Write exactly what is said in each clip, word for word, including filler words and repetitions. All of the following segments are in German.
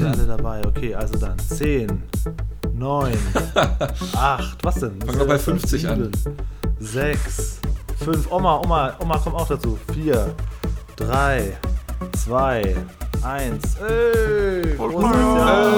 alle dabei. Okay, also dann zehn, neun, acht, was denn? Fangen wir bei fünfzig an. sechs, fünf, Oma, Oma, Oma kommt auch dazu. vier, drei, zwei, eins. Ey, großes Jahr.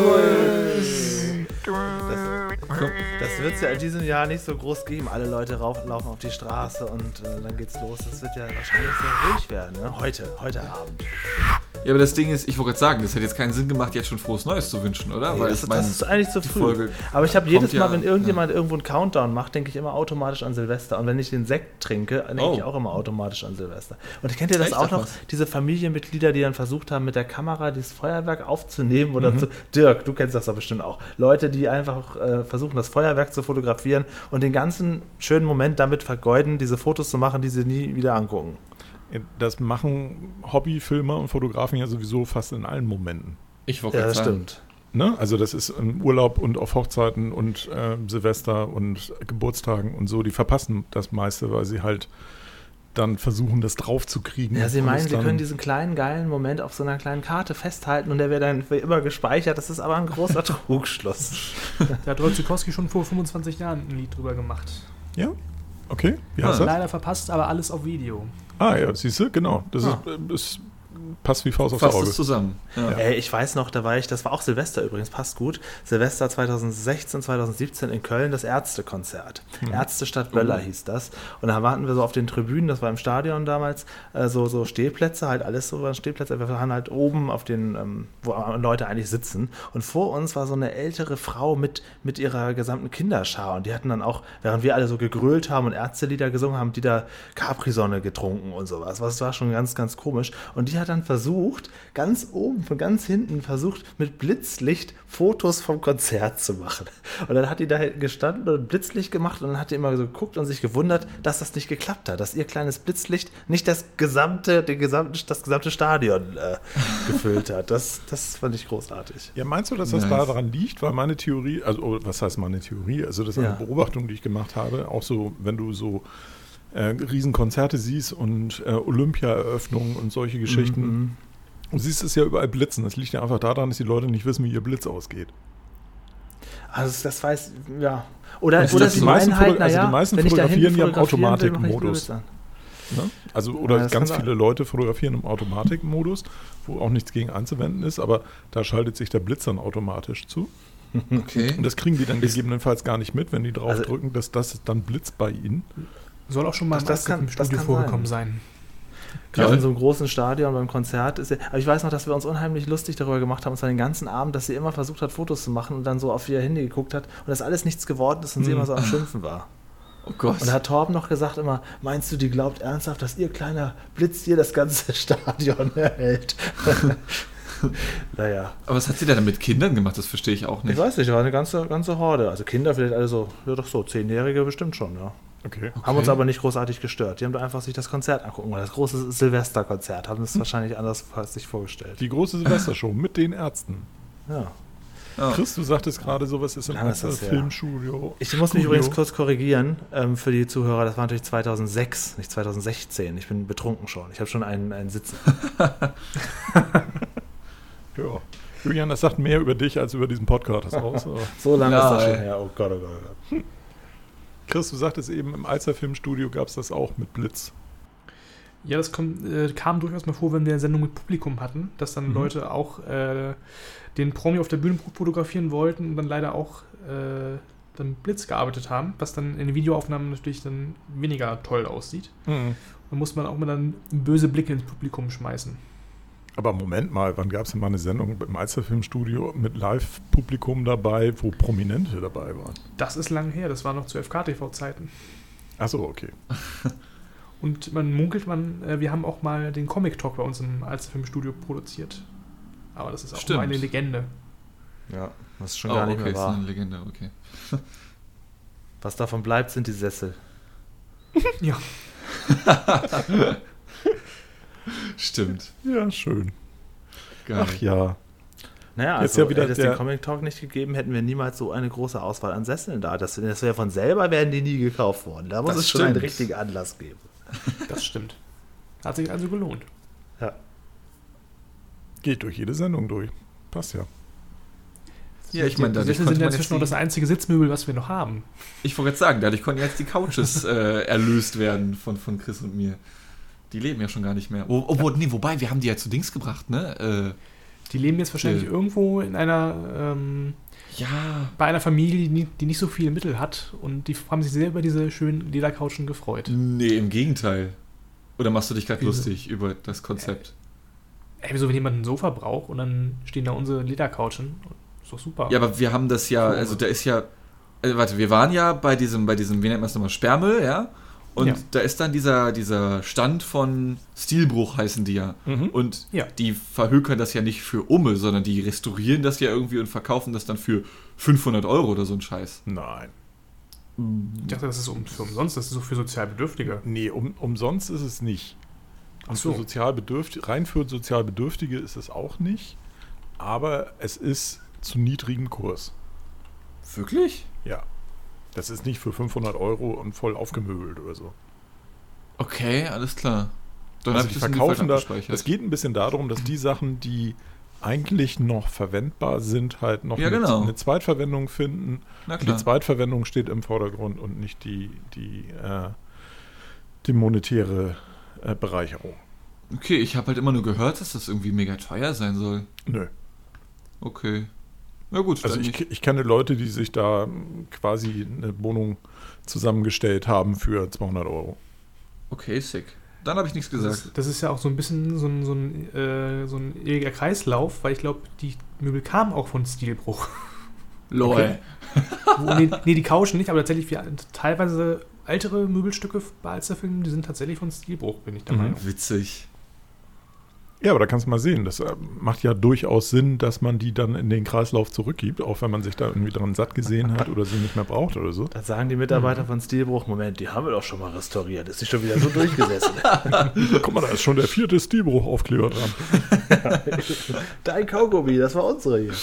Das, das wird es ja in diesem Jahr nicht so groß geben. Alle Leute rauf, laufen auf die Straße und äh, dann geht's los. Das wird ja wahrscheinlich sehr ruhig werden, ne? Heute, heute Abend. Ja, aber das Ding ist, ich wollte gerade sagen, das hätte jetzt keinen Sinn gemacht, jetzt schon frohes Neues zu wünschen, oder? Nee, Weil das, ich mein, das ist eigentlich zu früh. Folge aber ich habe jedes Mal, ja, wenn irgendjemand ja. irgendwo einen Countdown macht, denke ich immer automatisch an Silvester. Und wenn ich den Sekt trinke, denke Oh. ich auch immer automatisch an Silvester. Und kennt ihr das Echt, auch noch? was? Diese Familienmitglieder, die dann versucht haben, mit der Kamera dieses Feuerwerk aufzunehmen oder Mhm. zu. Dirk, du kennst das doch bestimmt auch. Leute, die einfach äh, versuchen, das Feuerwerk zu fotografieren und den ganzen schönen Moment damit vergeuden, diese Fotos zu machen, die sie nie wieder angucken. Das machen Hobbyfilmer und Fotografen ja sowieso fast in allen Momenten. Ich wollte Ja, gerade das sagen. stimmt. Ne? Also das ist im Urlaub und auf Hochzeiten und äh, Silvester und Geburtstagen und so. Die verpassen das meiste, weil sie halt dann versuchen, das draufzukriegen. Ja, sie Und meinen, es sie dann- können diesen kleinen, geilen Moment auf so einer kleinen Karte festhalten und der wäre dann für immer gespeichert. Das ist aber ein großer Trugschluss. Da hat Rolf Zukowski schon vor fünfundzwanzig Jahren ein Lied drüber gemacht. Ja, okay. Wie Ah. heißt das? Leider verpasst, aber alles auf Video. Ah ja, siehst du, genau. Das Ah. ist, das passt wie Faust aufs Fasst Auge. es zusammen. Ja. Ey, ich weiß noch, da war ich, das war auch Silvester übrigens, passt gut. Silvester zweitausendsechzehn, zweitausendsiebzehn in Köln, das Ärztekonzert. Ärztestadt Böller hieß das. Und da warten wir so auf den Tribünen, das war im Stadion damals, äh, so, so Stehplätze, halt alles so waren Stehplätze. Wir waren halt oben auf den, ähm, wo Leute eigentlich sitzen. Und vor uns war so eine ältere Frau mit, mit ihrer gesamten Kinderschar. Und die hatten dann auch, während wir alle so gegrölt haben und Ärztelieder gesungen haben, die da Capri-Sonne getrunken und sowas. Das war schon ganz, ganz komisch. Und die hat dann versucht, ganz oben, von ganz hinten, versucht, mit Blitzlicht Fotos vom Konzert zu machen. Und dann hat die da gestanden und Blitzlicht gemacht und dann hat die immer so geguckt und sich gewundert, dass das nicht geklappt hat, dass ihr kleines Blitzlicht nicht das gesamte, den gesamten, das gesamte Stadion äh, gefüllt hat. Das, das fand ich großartig. Ja, meinst du, dass das Nice. daran liegt? Weil meine Theorie, also oh, was heißt meine Theorie? Also das ist Ja. eine Beobachtung, die ich gemacht habe, auch so, wenn du so äh, Riesenkonzerte siehst und äh, Olympia-Eröffnungen und solche Geschichten. Mhm. Du siehst es ja überall blitzen. Das liegt ja einfach daran, dass die Leute nicht wissen, wie ihr Blitz ausgeht. Also das weiß, ja. Oder, Also oder das sie die meisten meinen halt, Foto- also naja, die meisten wenn ich da hinten fotografieren ja im fotografieren will, mach ich Automatikmodus. Blitz an. Ne? Also, Ja, oder das ganz kann viele Leute fotografieren im Automatikmodus, wo auch nichts gegen anzuwenden ist, aber da schaltet sich der Blitz dann automatisch zu. Okay. Und das kriegen die dann gegebenenfalls gar nicht mit, wenn die drauf Also- drücken, dass das dann blitzt bei ihnen. Soll auch schon mal Das- im das kann- im das Studio kann vorgekommen sein. Gerade Ja. in so einem großen Stadion beim Konzert ist ja, aber ich weiß noch, dass wir uns unheimlich lustig darüber gemacht haben, und zwar den ganzen Abend, dass sie immer versucht hat, Fotos zu machen und dann so auf ihr Handy geguckt hat und das alles nichts geworden ist und sie Hm. immer so am Schimpfen war. Oh Gott. Und da hat Torben noch gesagt immer, meinst du, die glaubt ernsthaft, dass ihr kleiner Blitz hier das ganze Stadion erhält? Naja, Aber was hat sie denn mit Kindern gemacht? Das verstehe ich auch ich nicht. weiß nicht, war eine ganze, ganze Horde. Also Kinder vielleicht alle so, ja doch so, Zehnjährige bestimmt schon, ja. Okay. Haben uns aber nicht großartig gestört. Die haben da einfach sich das Konzert angucken wollen. Das große Silvesterkonzert. Haben es wahrscheinlich anders als sich vorgestellt. Die große Silvestershow mit den Ärzten. Ja. Ja. Chris, du sagtest gerade, sowas ist im Lange ist das her. Filmstudio. Ich muss mich Studio. übrigens kurz korrigieren ähm, für die Zuhörer. Das war natürlich zweitausendsechs, nicht zweitausendsechzehn. Ich bin betrunken schon. Ich habe schon einen, einen Sitzen. Ja. Julian, das sagt mehr über dich als über diesen Podcast aus. aber- So lange Ja, ist das schon ey. her. Oh Gott, oh Gott, oh Gott. Chris, du sagtest eben, im Alster Filmstudio gab es das auch mit Blitz. Ja, das kommt, äh, kam durchaus mal vor, wenn wir eine Sendung mit Publikum hatten, dass dann Mhm. Leute auch äh, den Promi auf der Bühne fotografieren wollten und dann leider auch äh, dann Blitz gearbeitet haben, was dann in den Videoaufnahmen natürlich dann weniger toll aussieht. Mhm. Da muss man auch mal dann böse Blicke ins Publikum schmeißen. Aber Moment mal, wann gab es denn mal eine Sendung im Alster Filmstudio mit Live-Publikum dabei, wo Prominente dabei waren? Das ist lang her, das war noch zu F K T V-Zeiten. Achso, okay. Und man munkelt, man, äh, wir haben auch mal den Comic-Talk bei uns im Alster Filmstudio produziert. Aber das ist auch Stimmt. nur eine Legende. Ja, das ist schon Oh, gar nicht okay, mehr ist wahr. eine Legende, okay. Was davon bleibt, sind die Sessel. Ja. Stimmt. Ja, schön. Geil. Ach ja. Naja, Jetzt also ja wieder hätte es der- den Comic Talk nicht gegeben, hätten wir niemals so eine große Auswahl an Sesseln da. Das, das wäre von selber, wären die nie gekauft worden. Da muss Das es schon einen stimmt. richtigen Anlass geben. Das stimmt. Hat sich also gelohnt. Ja. Geht durch jede Sendung durch. passt ja. Ja, ich meine, die dadurch Sessel konnte sind ja man jetzt inzwischen noch das die, einzige Sitzmöbel, was wir noch haben. ich wollte jetzt sagen, dadurch konnten jetzt die Couches äh, erlöst werden von, von Chris und mir. Die leben ja schon gar nicht mehr. Oh, oh, wo, nee, wobei, wir haben die ja zu Dings gebracht, ne? Äh, Die leben jetzt wahrscheinlich Äh. irgendwo in einer, ähm, ja, bei einer Familie, die, die nicht so viele Mittel hat und die haben sich sehr über diese schönen Ledercouchen gefreut. nee, im Gegenteil. Oder machst du dich gerade Wieso? lustig über das Konzept? Ey, wieso, wenn jemand ein Sofa braucht und dann stehen da unsere Ledercouchen? Ist doch super. Ja, aber wir haben das ja, also da ist ja, also warte, wir waren ja bei diesem, bei diesem, wie nennt man es nochmal, Sperrmüll, ja? Und Ja. da ist dann dieser, dieser Stand von Stilbruch, heißen die ja. Mhm. Und Ja. die verhökern das ja nicht für Umme, sondern die restaurieren das ja irgendwie und verkaufen das dann für fünfhundert Euro oder so ein Scheiß. Nein. Ich dachte, das ist um, für umsonst, das ist so für Sozialbedürftige. Nee, um, umsonst ist es nicht. Ach Und so. für Sozialbedürftige, rein für Sozialbedürftige ist es auch nicht. Aber es ist zu niedrigem Kurs. Wirklich? Ja. Das ist nicht für fünfhundert Euro und voll aufgemöbelt oder so. Okay, alles klar. Dann Also hab die ich das in verkaufen da, abgespeichert. es geht ein bisschen darum, dass die Sachen, die eigentlich noch verwendbar sind, halt noch Ja, eine, genau. eine Zweitverwendung finden. Na Und die klar. Zweitverwendung steht im Vordergrund und nicht die, die, äh, die monetäre äh, Bereicherung. Okay, ich habe halt immer nur gehört, dass das irgendwie mega teuer sein soll. Nö. Okay. Na gut, Also dann ich, nicht. ich kenne Leute, die sich da ähm, quasi eine Wohnung zusammengestellt haben für zweihundert Euro. Okay, sick. Dann habe ich nichts Das gesagt. ist, das ist ja auch so ein bisschen so ein, so ein, äh, so ein ewiger Kreislauf, weil ich glaube, die Möbel kamen auch von Stilbruch. Lol. Okay. Wo, nee, nee, die Couchen nicht, aber tatsächlich wir, teilweise ältere Möbelstücke bei Alsterfilmen, die sind tatsächlich von Stilbruch, bin ich der Mhm. Meinung. Witzig. Ja, aber da kannst du mal sehen, das äh, macht ja durchaus Sinn, dass man die dann in den Kreislauf zurückgibt, auch wenn man sich da irgendwie dran satt gesehen hat oder sie nicht mehr braucht oder so. Da sagen die Mitarbeiter Mhm. von Stilbruch, Moment, die haben wir doch schon mal restauriert. Ist die schon wieder so durchgesessen? Guck mal, da ist schon der vierte Stilbruch-Aufkleber dran. Dein Kaugummi, das war unsere hier.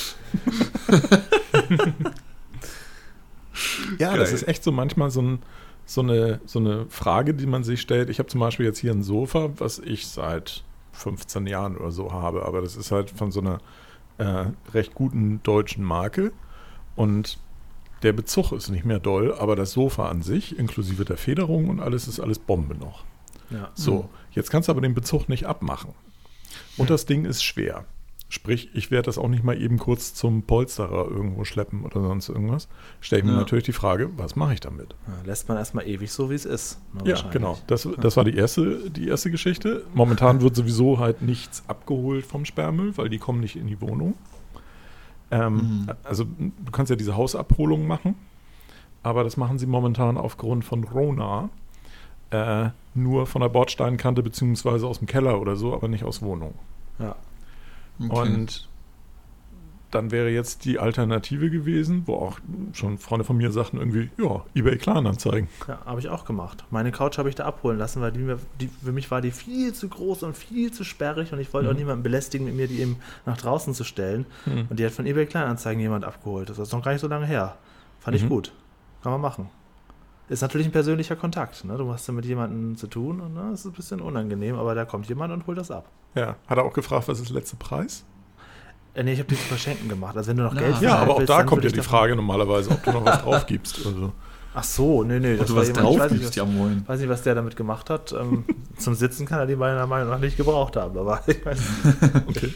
Ja, Geil. das ist echt so manchmal so, ein, so, eine, so eine Frage, die man sich stellt. Ich habe zum Beispiel jetzt hier ein Sofa, was ich seit fünfzehn Jahren oder so habe, aber das ist halt von so einer äh, recht guten deutschen Marke und der Bezug ist nicht mehr doll, aber das Sofa an sich, inklusive der Federung und alles, ist alles Bombe noch. Ja. So, jetzt kannst du aber den Bezug nicht abmachen. Und das Ding ist schwer. Sprich, ich werde das auch nicht mal eben kurz zum Polsterer irgendwo schleppen oder sonst irgendwas. Stelle ich mir Ja. natürlich die Frage, was mache ich damit? Ja, lässt man erstmal ewig so, wie es ist. Ne, Ja, wahrscheinlich. genau. Das, das war die erste, die erste Geschichte. Momentan wird sowieso halt nichts abgeholt vom Sperrmüll, weil die kommen nicht in die Wohnung. Ähm, Mhm. Also du kannst ja diese Hausabholung machen, aber das machen sie momentan aufgrund von Rona äh, nur von der Bordsteinkante beziehungsweise aus dem Keller oder so, aber nicht aus Wohnung. Ja. Okay. Und dann wäre jetzt die Alternative gewesen, wo auch schon Freunde von mir sagten irgendwie, ja, eBay Kleinanzeigen. Ja, habe ich auch gemacht. Meine Couch habe ich da abholen lassen, weil die mir, die, für mich war die viel zu groß und viel zu sperrig und ich wollte Mhm. auch niemanden belästigen, mit mir die eben nach draußen zu stellen. Mhm. Und die hat von eBay Kleinanzeigen jemand abgeholt. Das ist noch gar nicht so lange her. Fand ich Mhm. gut. Kann man machen. Ist natürlich ein persönlicher Kontakt. Ne? Du hast ja mit jemandem zu tun und ne, das ist ein bisschen unangenehm, aber da kommt jemand und holt das ab. Ja, hat er auch gefragt, was ist der letzte Preis? Äh, nee, ich habe die zu verschenken gemacht. Also wenn du noch Na. Geld Ja, Ja, für aber auch willst, da dann kommt würde ja die ich davon- Frage normalerweise, ob du noch was drauf gibst. Also. Ach so, nee, nee. Und Das du war was jemand, ich drauf weiß nicht, gibst, was- ja moin. weiß nicht, was der damit gemacht hat. Ähm, zum Sitzen kann er die meiner Meinung nach nicht gebraucht haben, aber ich weiß nicht. Okay.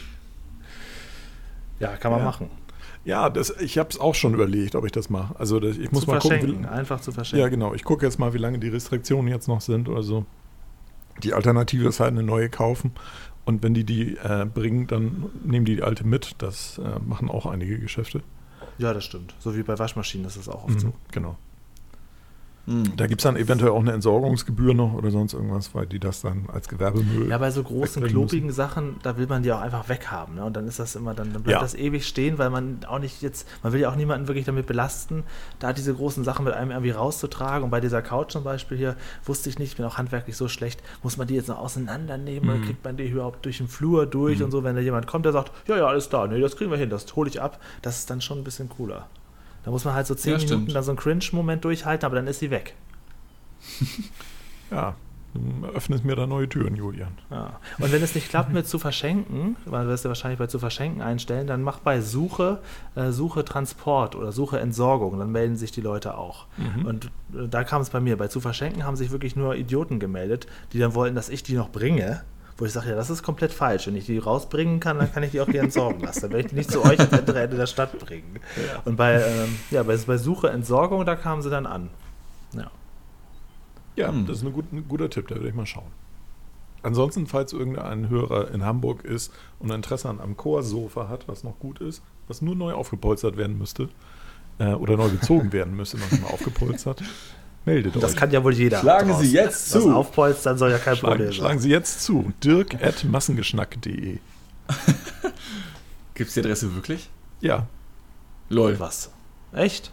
Ja, kann man Ja. machen. Ja, das, ich habe es auch schon überlegt, ob ich das mache. Also das, ich muss zu mal verschenken, gucken. einfach zu Wie, verschenken. ja, genau. Ich gucke jetzt mal, wie lange die Restriktionen jetzt noch sind oder so. Die Alternative ist halt eine neue kaufen. Und wenn die die äh, bringen, dann nehmen die die alte mit. Das äh, machen auch einige Geschäfte. Ja, das stimmt. So wie bei Waschmaschinen ist das auch oft so. Mhm, genau. Mhm. Da gibt es dann eventuell auch eine Entsorgungsgebühr noch oder sonst irgendwas, weil die das dann als Gewerbemüll. Ja, bei so großen, wegbringen klobigen Sachen, da will man die auch einfach weghaben. Ne? Und dann ist das immer, dann, dann bleibt Ja. das ewig stehen, weil man auch nicht jetzt, man will ja auch niemanden wirklich damit belasten, da diese großen Sachen mit einem irgendwie rauszutragen. Und bei dieser Couch zum Beispiel hier, wusste ich nicht, ich bin auch handwerklich so schlecht, muss man die jetzt noch auseinandernehmen oder Mhm. kriegt man die überhaupt durch den Flur durch Mhm. und so, wenn da jemand kommt, der sagt, ja, ja, alles da, nee, das kriegen wir hin, das hole ich ab, das ist dann schon ein bisschen cooler. Da muss man halt so zehn Ja, Minuten stimmt. dann so einen Cringe-Moment durchhalten, aber dann ist sie weg. Ja, öffnet mir da neue Türen, Julian. Ja. Und wenn es nicht klappt mit zu verschenken, weil du wirst ja wahrscheinlich bei zu verschenken einstellen, dann mach bei Suche, äh, Suche Transport oder Suche Entsorgung, dann melden sich die Leute auch. Mhm. Und äh, da kam es bei mir. Bei zu verschenken haben sich wirklich nur Idioten gemeldet, die dann wollten, dass ich die noch bringe. Wo ich sage, ja, das ist komplett falsch. Wenn ich die rausbringen kann, dann kann ich die auch hier entsorgen lassen. Dann werde ich die nicht zu euch ins andere Ende der Stadt bringen. Ja. Und bei, ähm, ja, bei, bei Suche Entsorgung, da kamen sie dann an. Ja. Ja, Hm. das ist ein, gut, ein guter Tipp, da würde ich mal schauen. Ansonsten, falls irgendein Hörer in Hamburg ist und Interesse an einem Chorsofa hat, was noch gut ist, was nur neu aufgepolstert werden müsste, äh, oder neu bezogen werden müsste, noch nicht mal aufgepolstert, meldet Das euch. kann ja wohl jeder. Schlagen draußen. Sie jetzt Was zu. aufpolstern soll ja kein Problem Schlagen, sein. schlagen Sie jetzt zu. Dirk at massengeschnack punkt de. Gibt's die Adresse wirklich? Ja, Lol. Was? Echt?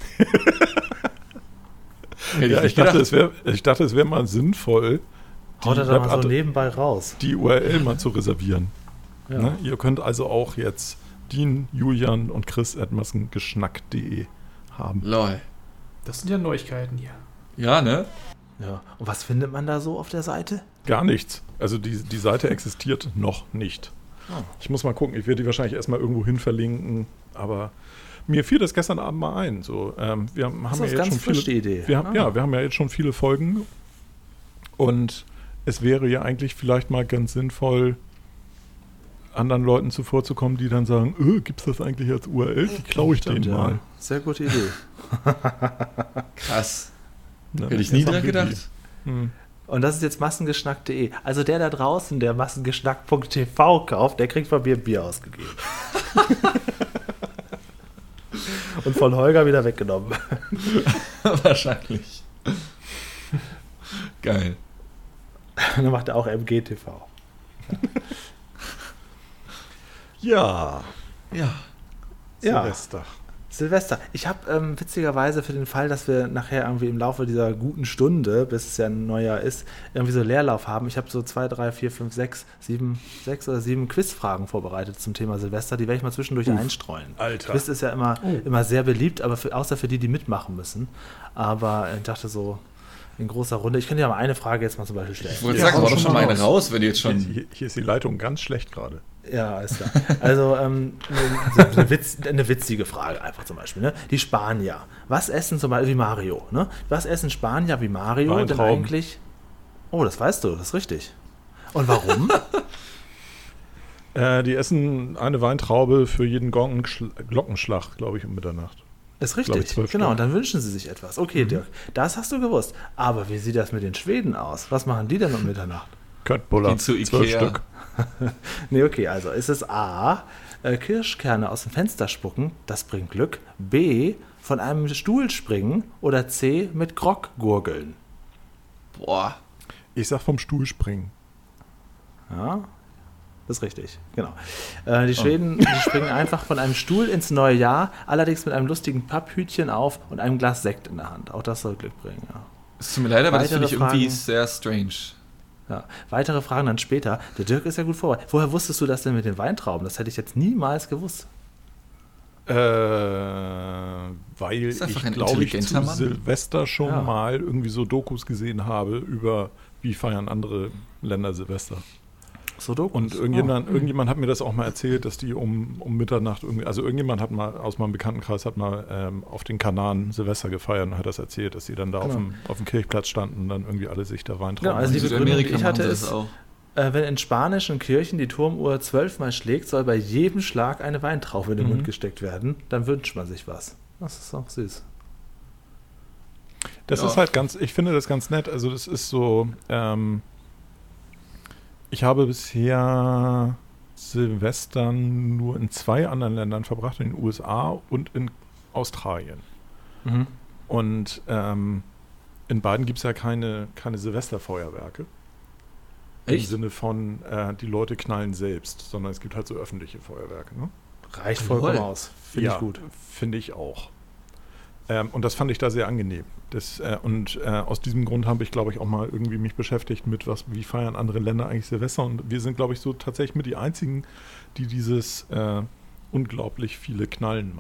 Hätte ja ich, nicht dachte, gedacht. es wär, ich dachte, es wäre mal sinnvoll, Haut die, er da mal so Webadre- nebenbei raus. die U R L mal zu reservieren. Ja. Ne? Ihr könnt also auch jetzt Dean, Julian und Chris at massengeschnack punkt de haben. Lol. Das sind ja Neuigkeiten hier. Ja, ne? Ja. Und was findet man da so auf der Seite? Gar nichts. Also die, die Seite existiert noch nicht. Oh. Ich muss mal gucken, ich werde die wahrscheinlich erstmal irgendwo hin verlinken, aber mir fiel das gestern Abend mal ein. So, ähm, wir haben Das ja ist jetzt ganz schon frisch, viele, die Idee. wir haben, Ah. Ja, wir haben ja jetzt schon viele Folgen und es wäre ja eigentlich vielleicht mal ganz sinnvoll, anderen Leuten zuvorzukommen, die dann sagen, öh, gibt es das eigentlich als U R L? Die klaue ich Stimmt, denen ja. mal. Sehr gute Idee. Krass. Ne? Hätte ich nie Jetzt dran haben wir die. gedacht. Hm. Und das ist jetzt massengeschnack punkt de. Also der da draußen, der massengeschnack punkt t v kauft, der kriegt von mir ein Bier ausgegeben. Und von Holger wieder weggenommen. Wahrscheinlich. Geil. Und dann macht er auch M G T V. Ja, Ja. Ja. Silvester. Silvester. Ich habe ähm, witzigerweise für den Fall, dass wir nachher irgendwie im Laufe dieser guten Stunde, bis es ja ein Neujahr ist, irgendwie so Leerlauf haben. Ich habe so zwei, drei, vier, fünf, sechs, sieben, sechs oder sieben Quizfragen vorbereitet zum Thema Silvester. Die werde ich mal zwischendurch Uff, einstreuen. Alter. Quiz ist ja immer, Oh. immer sehr beliebt, aber für, außer für die, die mitmachen müssen. Aber ich dachte so, in großer Runde. Ich könnte ja mal eine Frage jetzt mal zum Beispiel stellen. Ich wollte Ja, sagen, hau war doch schon schon mal mal eine raus. raus, wenn du jetzt Hier, schon. hier, hier ist die Leitung ganz schlecht gerade. Ja, alles klar. Also ähm, eine, eine, Witz, eine witzige Frage einfach zum Beispiel. Ne? Die Spanier. Was essen zum Beispiel wie Mario? Ne? Was essen Spanier wie Mario denn Weintrauben. eigentlich? Oh, das weißt du, das ist richtig. Und warum? Äh, die essen eine Weintraube für jeden Gong- Glockenschlag, glaube ich, um Mitternacht. Ist Glaube ich, richtig. zwölf Genau, Stück. und dann wünschen sie sich etwas. Okay, Dirk, das hast du gewusst. Aber wie sieht das mit den Schweden aus? Was machen die denn um Mitternacht? Köttbullar, Die zu zwölf Ikea. Stück. Nee, okay, also ist es A, äh, Kirschkerne aus dem Fenster spucken, das bringt Glück. B, von einem Stuhl springen. Oder C, mit Grog gurgeln. Boah. Ich sag vom Stuhl springen. Ja, das ist richtig, genau. Äh, die Schweden die springen einfach von einem Stuhl ins neue Jahr, allerdings mit einem lustigen Papphütchen auf und einem Glas Sekt in der Hand. Auch das soll Glück bringen, ja. Es tut mir leid, aber das finde ich Weitere irgendwie Fragen? sehr strange. Ja. Weitere Fragen dann später. Der Dirk ist ja gut vorbereitet. Woher wusstest du das denn mit den Weintrauben? Das hätte ich jetzt niemals gewusst. Äh, weil Ist einfach ich, ein glaube ich, intelligenter zu Mann. Silvester schon Ja. mal irgendwie so Dokus gesehen habe über, wie feiern andere Länder Silvester. Sudokus. Und irgendjemand, irgendjemand hat mir das auch mal erzählt, dass die um, um Mitternacht irgendwie, also irgendjemand hat mal aus meinem Bekanntenkreis hat mal ähm, auf den Kanaren Silvester gefeiert und hat das erzählt, dass die dann da auf, Genau. dem, auf dem Kirchplatz standen und dann irgendwie alle sich da Wein Genau, trauen. also In die Begründung, die ich machen hatte, sie ist, das auch. Äh, wenn in spanischen Kirchen die Turmuhr zwölfmal schlägt, soll bei jedem Schlag eine Weintraube in den Mhm. Mund gesteckt werden. Dann wünscht man sich was. Das ist auch süß. Das Ja. ist halt ganz, ich finde das ganz nett. Also das ist so, ähm, ich habe bisher Silvester nur in zwei anderen Ländern verbracht, in den U S A und in Australien. Mhm. Und ähm, in beiden gibt es ja keine, keine Silvesterfeuerwerke. Im Echt? Sinne von, äh, die Leute knallen selbst, sondern es gibt halt so öffentliche Feuerwerke. Ne? Reicht vollkommen Jawohl. aus. Finde ja, ich gut. Finde ich auch. Ähm, und das fand ich da sehr angenehm. Das, äh, und äh, aus diesem Grund habe ich, glaube ich, auch mal irgendwie mich beschäftigt mit, was, wie feiern andere Länder eigentlich Silvester. Und wir sind, glaube ich, so tatsächlich mit die einzigen, die dieses äh, unglaublich viele Knallen machen.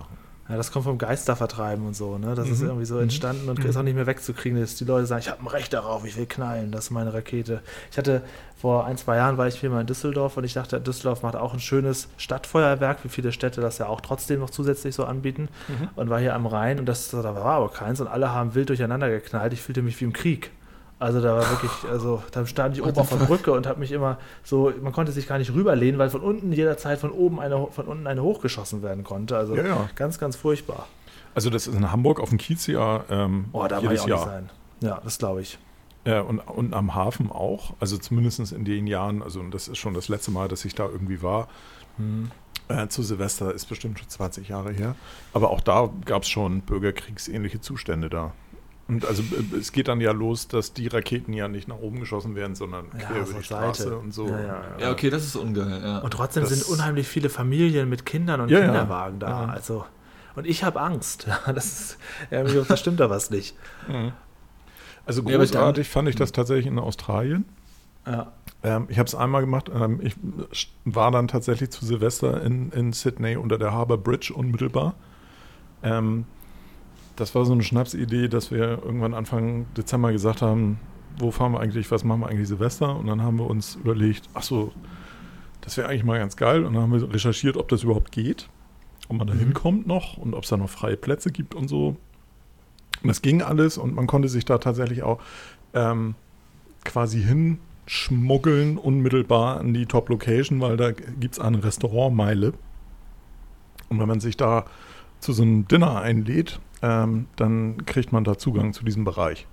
Ja, das kommt vom Geistervertreiben und so, ne? Das Mhm. ist irgendwie so Mhm. entstanden und Mhm. ist auch nicht mehr wegzukriegen, dass die Leute sagen, ich habe ein Recht darauf, ich will knallen, das ist meine Rakete. Ich hatte, vor ein, zwei Jahren war ich viel mal in Düsseldorf und ich dachte, Düsseldorf macht auch ein schönes Stadtfeuerwerk, wie viele Städte das ja auch trotzdem noch zusätzlich so anbieten, Mhm. und war hier am Rhein und das, da war aber keins und alle haben wild durcheinander geknallt. Ich fühlte mich wie im Krieg. Also da war wirklich, also da stand ich oben auf der Brücke und habe mich immer so, man konnte sich gar nicht rüberlehnen, weil von unten jederzeit von oben eine, von unten eine hochgeschossen werden konnte. Also Ja, ja. ganz, ganz furchtbar. Also das ist in Hamburg auf dem Kiez ja ähm, Oh, da war jedes ich auch Jahr. nicht sein. Ja, das glaube ich. Ja, und, und am Hafen auch. Also zumindest in den Jahren, also und das ist schon das letzte Mal, dass ich da irgendwie war. Hm. Äh, zu Silvester ist bestimmt schon zwanzig Jahre her. Aber auch da gab es schon bürgerkriegsähnliche Zustände da. Und also äh, es geht dann ja los, dass die Raketen ja nicht nach oben geschossen werden, sondern Ja, quer so über die Seite. Straße und so. Ja, ja. Ja, okay, das ist ungeil, ja. Und trotzdem Das- sind unheimlich viele Familien mit Kindern und Ja, ja. Kinderwagen da. Ja. Also, und ich habe Angst. Das ist, ja, da stimmt da was nicht. Mhm. Also Ja, aber ich- großartig fand ich das tatsächlich in Australien. Ja. Ähm, ich habe es einmal gemacht. Ähm, ich war dann tatsächlich zu Silvester in, in Sydney unter der Harbour Bridge unmittelbar. Ähm, das war so eine Schnapsidee, dass wir irgendwann Anfang Dezember gesagt haben, wo fahren wir eigentlich, was machen wir eigentlich Silvester? Und dann haben wir uns überlegt, ach so, das wäre eigentlich mal ganz geil. Und dann haben wir recherchiert, ob das überhaupt geht, ob man da Mhm. hinkommt noch und ob es da noch freie Plätze gibt und so. Und das ging alles und man konnte sich da tatsächlich auch ähm, quasi hinschmuggeln, unmittelbar an die Top-Location, weil da gibt es eine Restaurantmeile. Und wenn man sich da zu so einem Dinner einlädt, ähm, dann kriegt man da Zugang zu diesem Bereich.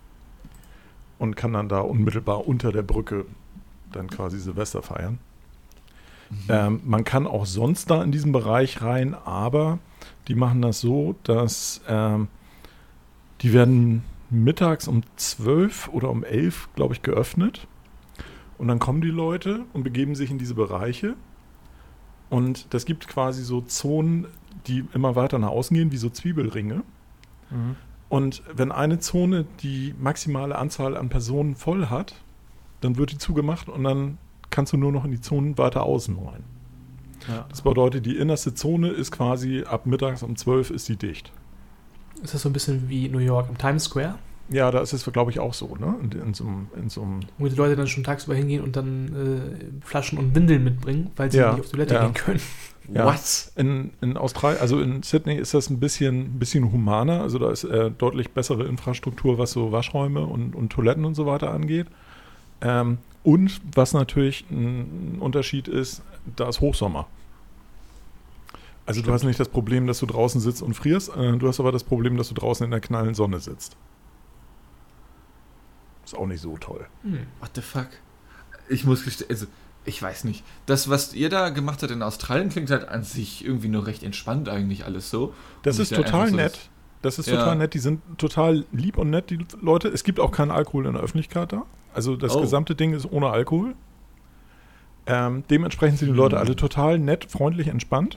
Und kann dann da unmittelbar unter der Brücke dann quasi Silvester feiern. Ähm, man kann auch sonst da in diesen Bereich rein, aber die machen das so, dass ähm, die werden mittags um zwölf oder um elf, glaube ich, geöffnet. Und dann kommen die Leute und begeben sich in diese Bereiche. Und das gibt quasi so Zonen, die immer weiter nach außen gehen, wie so Zwiebelringe. Mhm. Und wenn eine Zone die maximale Anzahl an Personen voll hat, dann wird die zugemacht und dann kannst du nur noch in die Zonen weiter außen rein. Ja. Das bedeutet, die innerste Zone ist quasi ab mittags um zwölf ist die dicht. Ist das so ein bisschen wie New York im Times Square, Ja, da ist es, glaube ich, auch so, ne? In, in, so, einem- in so einem wo die Leute dann schon tagsüber hingehen und dann äh, Flaschen und Windeln mitbringen, weil sie Ja, nicht auf Toilette ja. gehen können. Ja. What? In, in Australien, also in Sydney ist das ein bisschen, ein bisschen humaner. Also da ist äh, deutlich bessere Infrastruktur, was so Waschräume und, und Toiletten und so weiter angeht. Ähm, und was natürlich ein Unterschied ist, da ist Hochsommer. Also du hast nicht das Problem, dass du draußen sitzt und frierst. Äh, du hast aber das Problem, dass du draußen in der knallen Sonne sitzt. Ist auch nicht so toll. Hm. What the fuck? Ich muss gestehen, also, ich weiß nicht. Das, was ihr da gemacht habt in Australien, klingt halt an sich irgendwie nur recht entspannt eigentlich alles so. Das Und ist ich da total einfach so nett. das- Das ist Ja. total nett. Die sind total lieb und nett, die Leute. Es gibt auch keinen Alkohol in der Öffentlichkeit da. Also das Oh. gesamte Ding ist ohne Alkohol. Ähm, dementsprechend sind die Leute Hm. alle total nett, freundlich, entspannt.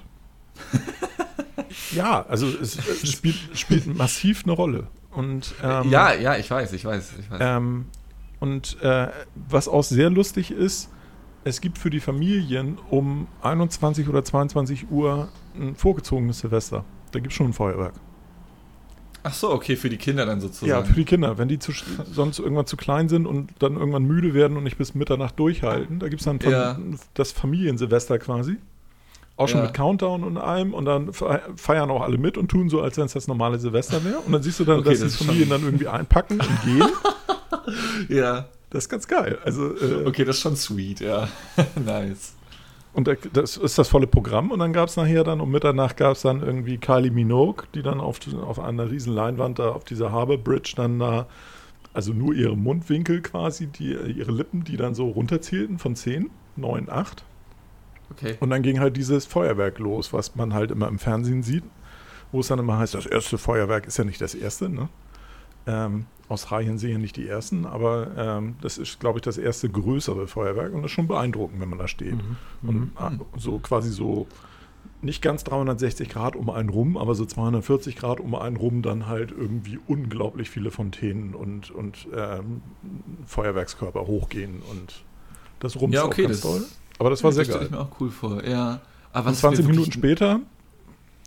Ja, also es, es spielt, spielt massiv eine Rolle. Und, ähm, ja, ja, ich weiß, ich weiß, ich weiß. ähm, und äh, was auch sehr lustig ist, es gibt für die Familien um einundzwanzig oder zweiundzwanzig Uhr ein vorgezogenes Silvester. Da gibt es schon ein Feuerwerk. Ach so, okay, für die Kinder dann sozusagen. Ja, für die Kinder. Wenn die zu, sonst irgendwann zu klein sind und dann irgendwann müde werden und nicht bis Mitternacht durchhalten, da gibt es dann Fam- Ja. das Familiensilvester quasi. Auch schon Ja. mit Countdown und allem. Und dann fe- feiern auch alle mit und tun so, als wenn es das normale Silvester wäre. Und dann siehst du dann, Okay, dass das die ist Familien schon- dann irgendwie einpacken und gehen. Ja, Das ist ganz geil. Also, äh, okay, das ist schon sweet, ja. Nice. Und da- das ist das volle Programm. Und dann gab es nachher dann, um Mitternacht gab es dann irgendwie Kylie Minogue, die dann auf, auf einer riesen Leinwand da auf dieser Harbour Bridge dann da, also nur ihre Mundwinkel quasi, die, ihre Lippen, die dann so runterzählten von zehn, neun, acht. Okay. Und dann ging halt dieses Feuerwerk los, was man halt immer im Fernsehen sieht, wo es dann immer heißt, das erste Feuerwerk ist ja nicht das erste, ne? Ähm, Australien sind ja nicht die ersten, aber ähm, das ist, glaube ich, das erste größere Feuerwerk und das ist schon beeindruckend, wenn man da steht. Mhm. Und ah, so quasi so nicht ganz dreihundertsechzig Grad um einen rum, aber so zweihundertvierzig Grad um einen rum dann halt irgendwie unglaublich viele Fontänen und, und ähm, Feuerwerkskörper hochgehen und das rum Ja, ist okay, auch ganz das- toll. Aber das war sehr das stelle geil. ich mir auch cool vor, ja. Aber Und was zwanzig mir Minuten wirklich- später Hm.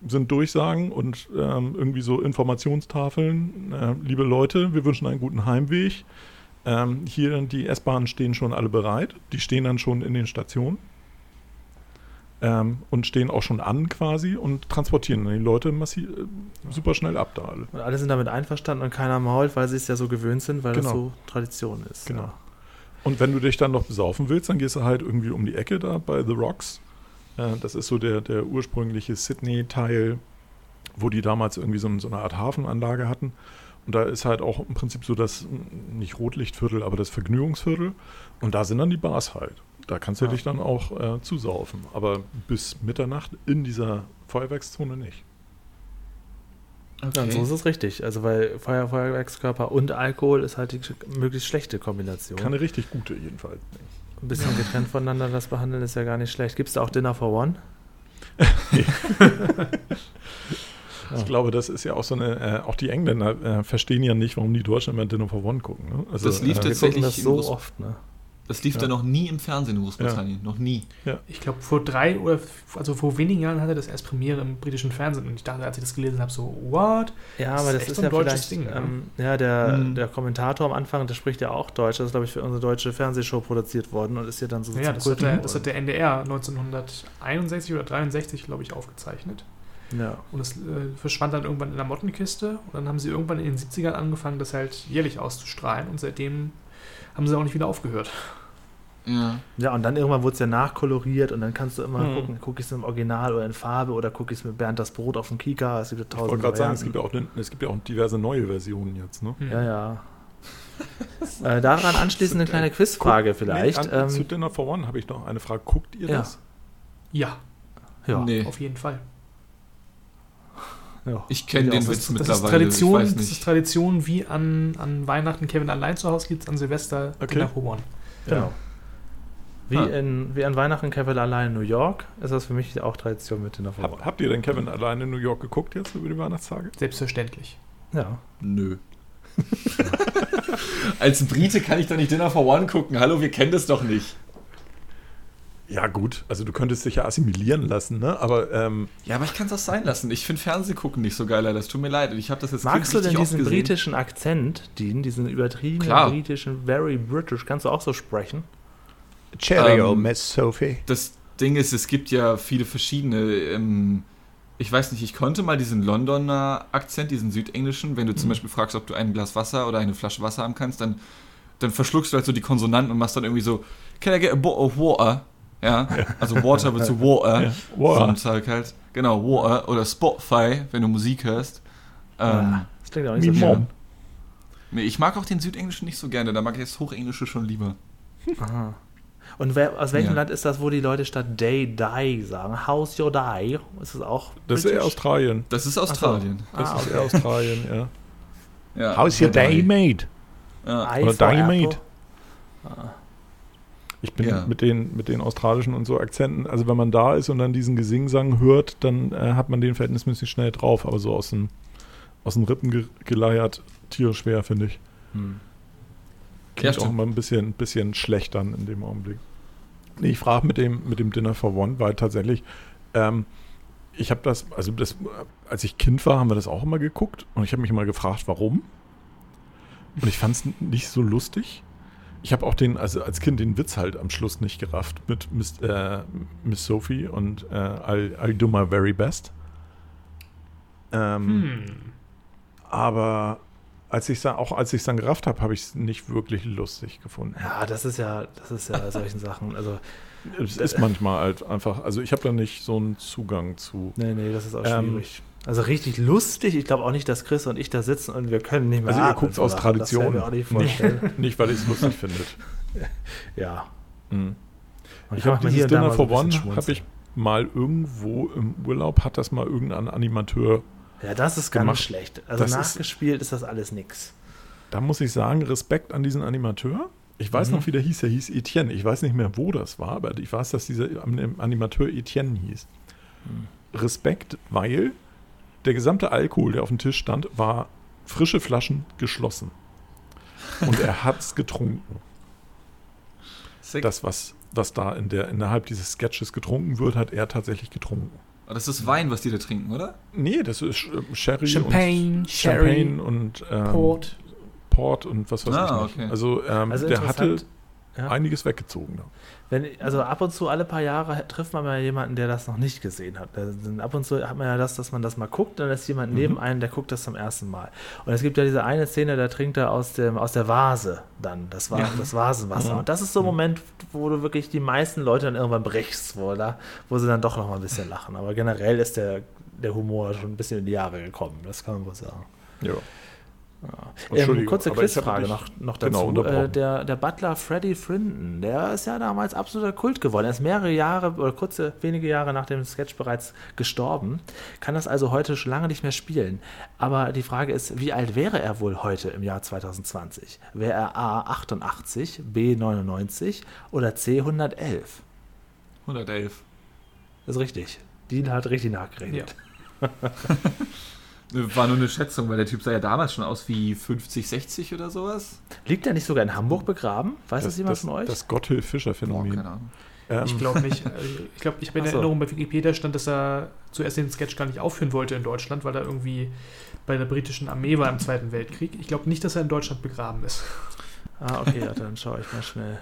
sind Durchsagen und ähm, irgendwie so Informationstafeln. Äh, liebe Leute, wir wünschen einen guten Heimweg. Ähm, hier, die S-Bahnen stehen schon alle bereit. Die stehen dann schon in den Stationen. Ähm, und stehen auch schon an quasi und transportieren dann die Leute massiv, äh, super schnell ab da alle. Und alle sind damit einverstanden und keiner mault, weil sie es ja so gewöhnt sind, weil Genau. das so Tradition ist. Genau. Ja. Und wenn du dich dann noch besaufen willst, dann gehst du halt irgendwie um die Ecke da bei The Rocks. Äh, das ist so der, der ursprüngliche Sydney-Teil, wo die damals irgendwie so, so eine Art Hafenanlage hatten. Und da ist halt auch im Prinzip so das, nicht Rotlichtviertel, aber das Vergnügungsviertel. Und da sind dann die Bars halt. Da kannst du Ja. dich dann auch äh, zusaufen. Aber bis Mitternacht in dieser Feuerwerkszone nicht. Ja, und so ist es richtig. Also weil Feuer, Feuerwerkskörper und Alkohol ist halt die sch- möglichst schlechte Kombination. Keine richtig gute jedenfalls. Ein bisschen getrennt voneinander das behandeln ist ja gar nicht schlecht. Gibt es da auch Dinner for One? Ich glaube, das ist ja auch so eine, äh, auch die Engländer äh, verstehen ja nicht, warum die Deutschen immer Dinner for One gucken. Ne? Also, Das lief äh, Wir Tatsächlich gucken das in so Groß- oft, ne? Das lief Ja. da noch nie im Fernsehen in Großbritannien. Noch nie. Ich glaube, vor drei oder f- also vor wenigen Jahren hatte das erst Premiere im britischen Fernsehen und ich dachte, als ich das gelesen habe, so, what? Ja, Das aber ist das echt ist so ein ja deutsches vielleicht, Ding, ne? ähm, ja, der, Mhm. der Kommentator am Anfang, der spricht ja auch Deutsch. Das ist, glaube ich, für unsere deutsche Fernsehshow produziert worden und ist hier dann so Ja, zum das Kult hat, der, geworden. das hat der N D R neunzehnhunderteinundsechzig oder dreiundsechzig, glaube ich, aufgezeichnet. Ja. Und das äh, verschwand dann irgendwann in der Mottenkiste und dann haben sie irgendwann in den siebzigern angefangen, das halt jährlich auszustrahlen und seitdem haben sie auch nicht wieder aufgehört. Ja. Ja, und dann irgendwann wurde es ja nachkoloriert und dann kannst du immer Mhm. gucken, gucke ich es im Original oder in Farbe oder gucke ich es mit Bernd das Brot auf dem Kika. Es gibt ja Ich wollte tausend gerade sagen, es gibt, Varianten. ja auch, ne- es gibt ja auch diverse neue Versionen jetzt. Ne? Hm. Ja, ja. äh, daran anschließend eine kleine Quizfrage vielleicht. Nee, an, zu ähm, Dinner for One habe ich noch eine Frage. Guckt ihr Ja. das? Ja, ja. Nee. auf jeden Fall. Ja. Ich kenne Ja, den das Witz Das mittlerweile. ist Tradition, ich weiß das ist nicht. Tradition wie an, an Weihnachten Kevin allein zu Hause gibt es an Silvester Okay. Dinner for One. Genau. Wie, Ah. in, wie an Weihnachten Kevin allein in New York ist das für mich auch Tradition mit Dinner for Hab, One. habt ihr denn Kevin alleine in New York geguckt jetzt über die Weihnachtstage? Selbstverständlich. Ja. Nö. Als Brite kann ich doch nicht Dinner for One gucken. Hallo, wir kennen das doch nicht. Ja gut, also du könntest dich ja assimilieren lassen, ne? Aber ähm, Ja, aber ich kann es auch sein lassen. Ich finde Fernsehgucken nicht so geil, leider. Das tut mir leid. Und ich habe das jetzt Magst du richtig denn oft diesen gesehen. britischen Akzent, Dean, diesen übertriebenen Klar. britischen, very British, kannst du auch so sprechen? Cheerio, Ähm, Miss Sophie. Das Ding ist, es gibt ja viele verschiedene. Ähm, ich weiß nicht, ich konnte mal diesen Londoner Akzent, diesen südenglischen, wenn du zum Beispiel fragst, ob du ein Glas Wasser oder eine Flasche Wasser haben kannst, dann, dann verschluckst du halt so die Konsonanten und machst dann irgendwie so, can I get a bottle of water? Ja, also Water wird zu Water. Ja, Water. So ein Zeug halt. Genau, Water oder Spotify, wenn du Musik hörst. Ähm, Ah, das klingt auch nicht so Mi schön. Mom. nee, ich mag auch den Südenglischen nicht so gerne, da mag ich das Hochenglische schon lieber. Aha. Und wer, aus welchem Ja. Land ist das, wo die Leute statt Day, Die sagen? How's your day? Ist das auch Das ist eher British? Australien. Das ist Australien. Das Ah, ist okay. eher Australien, ja. Ja. How's your day, mate? Ja. I Oder for Day, Apple. mate. Ich bin Ja. mit, den, mit den australischen und so Akzenten, also wenn man da ist und dann diesen Gesingsang hört, dann äh, hat man den verhältnismäßig schnell drauf, aber so aus den, aus den Rippen ge geleiert, tierschwer, finde ich. Hm. Klingt Ja, auch stimmt. immer ein bisschen, bisschen schlecht dann in dem Augenblick. Nee, ich frage mit dem, mit dem Dinner for One, weil tatsächlich, ähm, ich habe das, also das, als ich Kind war, haben wir das auch immer geguckt und ich habe mich immer gefragt, warum. Und ich fand es nicht so lustig. Ich habe auch den, also als Kind den Witz halt am Schluss nicht gerafft mit Miss, äh, Miss Sophie und äh, I'll, I'll do my very best. Ähm, Hm. Aber als ich auch als ich es dann gerafft habe, habe ich es nicht wirklich lustig gefunden. Ja, das ist ja, das ist ja solchen Sachen. Also, Es ist manchmal halt einfach, also ich habe da nicht so einen Zugang zu. nee, nee, das ist auch Ähm, schwierig. Also richtig lustig, ich glaube auch nicht, dass Chris und ich da sitzen und wir können nicht mehr Also ihr atmen guckt vor aus Lachen. Das werden Tradition. wir auch nicht vorstellen. Nicht, weil ich es lustig finde. Ja. Mhm. Und Ich kann habe manchmal dieses hier und da Dinner mal so for ein bisschen One, schmunzeln. habe ich mal irgendwo im Urlaub, hat das mal irgendein Animateur. Ja, das ist ganz gemacht. schlecht. Also Das ist- nachgespielt ist das alles nix. Da muss ich sagen, Respekt an diesen Animateur. Ich weiß Mhm. noch, wie der hieß. Der hieß Etienne. Ich weiß nicht mehr, wo das war, aber ich weiß, dass dieser Animateur Etienne hieß. Respekt, weil der gesamte Alkohol, der auf dem Tisch stand, war frische Flaschen geschlossen. Und er hat es getrunken. Sick. Das, was, was da in der, innerhalb dieses Sketches getrunken wird, hat er tatsächlich getrunken. Das ist Wein, was die da trinken, oder? Nee, das ist äh, Sherry Champagne, und Sherry, Champagne und ähm, Port. Port und was weiß Ah, ich nicht. okay. Also, ähm, Also der hatte interessant. Ja. einiges weggezogen. Da. Wenn, also ab und zu, alle paar Jahre trifft man mal jemanden, der das noch nicht gesehen hat. Da- Ab und zu hat man ja das, dass man das mal guckt, dann ist jemand neben einem, der guckt das zum ersten Mal. Und es gibt ja diese eine Szene, da trinkt er aus, dem, aus der Vase dann, das war Ja. das Vasenwasser. Mhm. Und das ist so ein Moment, wo du wirklich die meisten Leute dann irgendwann brichst, wo, da, wo sie dann doch noch mal ein bisschen lachen. Aber generell ist der, der Humor schon ein bisschen in die Jahre gekommen, das kann man wohl sagen. Ja. Ja. Ähm, Entschuldigung, kurze aber ich hab Quizfrage dich noch, noch genau dazu. unterbrochen. äh, der, der Butler Freddie Frinton, der ist ja damals absoluter Kult geworden. Er ist mehrere Jahre oder kurze, wenige Jahre nach dem Sketch bereits gestorben. Kann das also heute schon lange nicht mehr spielen. Aber die Frage ist, wie alt wäre er wohl heute im Jahr zwanzig zwanzig? Wäre er A achtundachtzig, B neunundneunzig oder C hundertelf? hundertelf. Das ist richtig. Dean hat richtig nachgerechnet. War nur eine Schätzung, weil der Typ sah ja damals schon aus wie fünfzig, sechzig oder sowas. Liegt er nicht sogar in Hamburg begraben? Weiß das, jemand das, von euch? Das Gotthilf-Fischer-Phänomen. keine Ahnung. Ähm, Ich glaube nicht. Also Ich glaube, ich habe in Ach so. Erinnerung, bei Wikipedia stand, dass er zuerst den Sketch gar nicht aufführen wollte in Deutschland, weil er irgendwie bei der britischen Armee war im Zweiten Weltkrieg. Ich glaube nicht, dass er in Deutschland begraben ist. Ah, okay, ja, dann schaue ich mal schnell.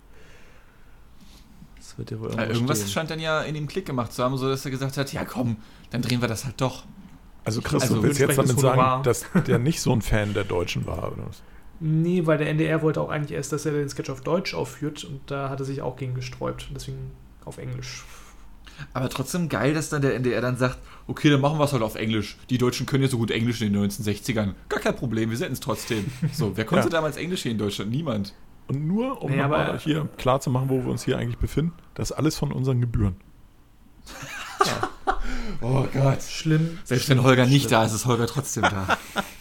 Das wird ja wohl Ja, irgendwo irgendwas stehen. scheint dann ja in ihm Klick gemacht zu haben, so dass er gesagt hat, ja komm, dann drehen wir das halt doch. also Chris, Also du willst jetzt damit entsprechendes sagen, Honorar. dass der nicht so ein Fan der Deutschen war, oder was? Nee, weil der N D R wollte auch eigentlich erst, dass er den Sketch auf Deutsch aufführt und da hat er sich auch gegen gesträubt. Und deswegen auf Englisch. Aber trotzdem geil, dass dann der N D R dann sagt, okay, dann machen wir es halt auf Englisch. Die Deutschen können ja so gut Englisch in den neunzehnhundertsechzigern. Gar kein Problem, wir senden es trotzdem. So, wer konnte Ja. damals Englisch hier in Deutschland? Niemand. Und nur, um Nee, nochmal aber- hier klar zu machen, wo wir uns hier eigentlich befinden, das ist alles von unseren Gebühren. Oh Gott. Schlimm. Selbst wenn Holger nicht da ist, ist Holger trotzdem da.